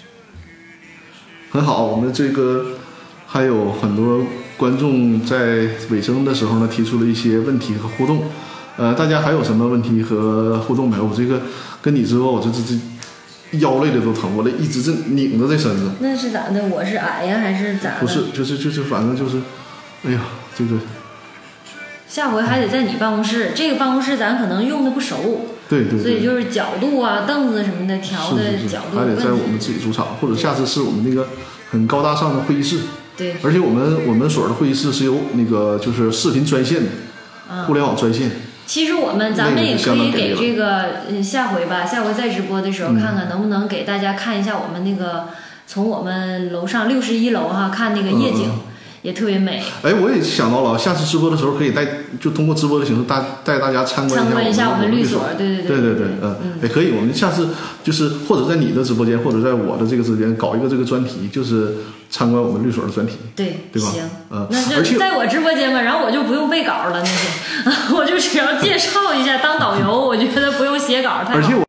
很好，我们这个还有很多观众在尾声的时候呢，提出了一些问题和互动。呃，大家还有什么问题和互动没有？我这个跟你之后，我这这这。腰累的都疼，我这一直这拧着这身子。 那是咋的？我是矮呀，还是咋的？ 不是，就是就是，反正就是，哎呀，这个。 下回还得在你办公室，这个办公室咱可能用的不熟。 对 对, 对。 所以就是角度啊、凳子什么的调的角度。 还得在我们自己主场，或者下次是我们那个很高大上的会议室。 对。 而且我们我们所的会议室是有那个就是视频专线的，嗯、互联网专线。 其实我们咱们也可以给这个嗯下回吧，下回再直播的时候，看看能不能给大家看一下我们那个从我们楼上六十一楼哈看那个夜景，嗯、 也特别美。 哎，我也想到了，下次直播的时候可以带，就通过直播的形式带带大家参观参观一下我们律所，对对对对对，嗯，也可以。我们下次就是或者在你的直播间，或者在我的这个直播间搞一个这个专题，就是参观我们律所的专题， 对对吧？ 行， 嗯， 那就在我直播间嘛，然后我就不用背稿了，那些我就只要介绍一下当导游，我觉得不用写稿太好。 而且我。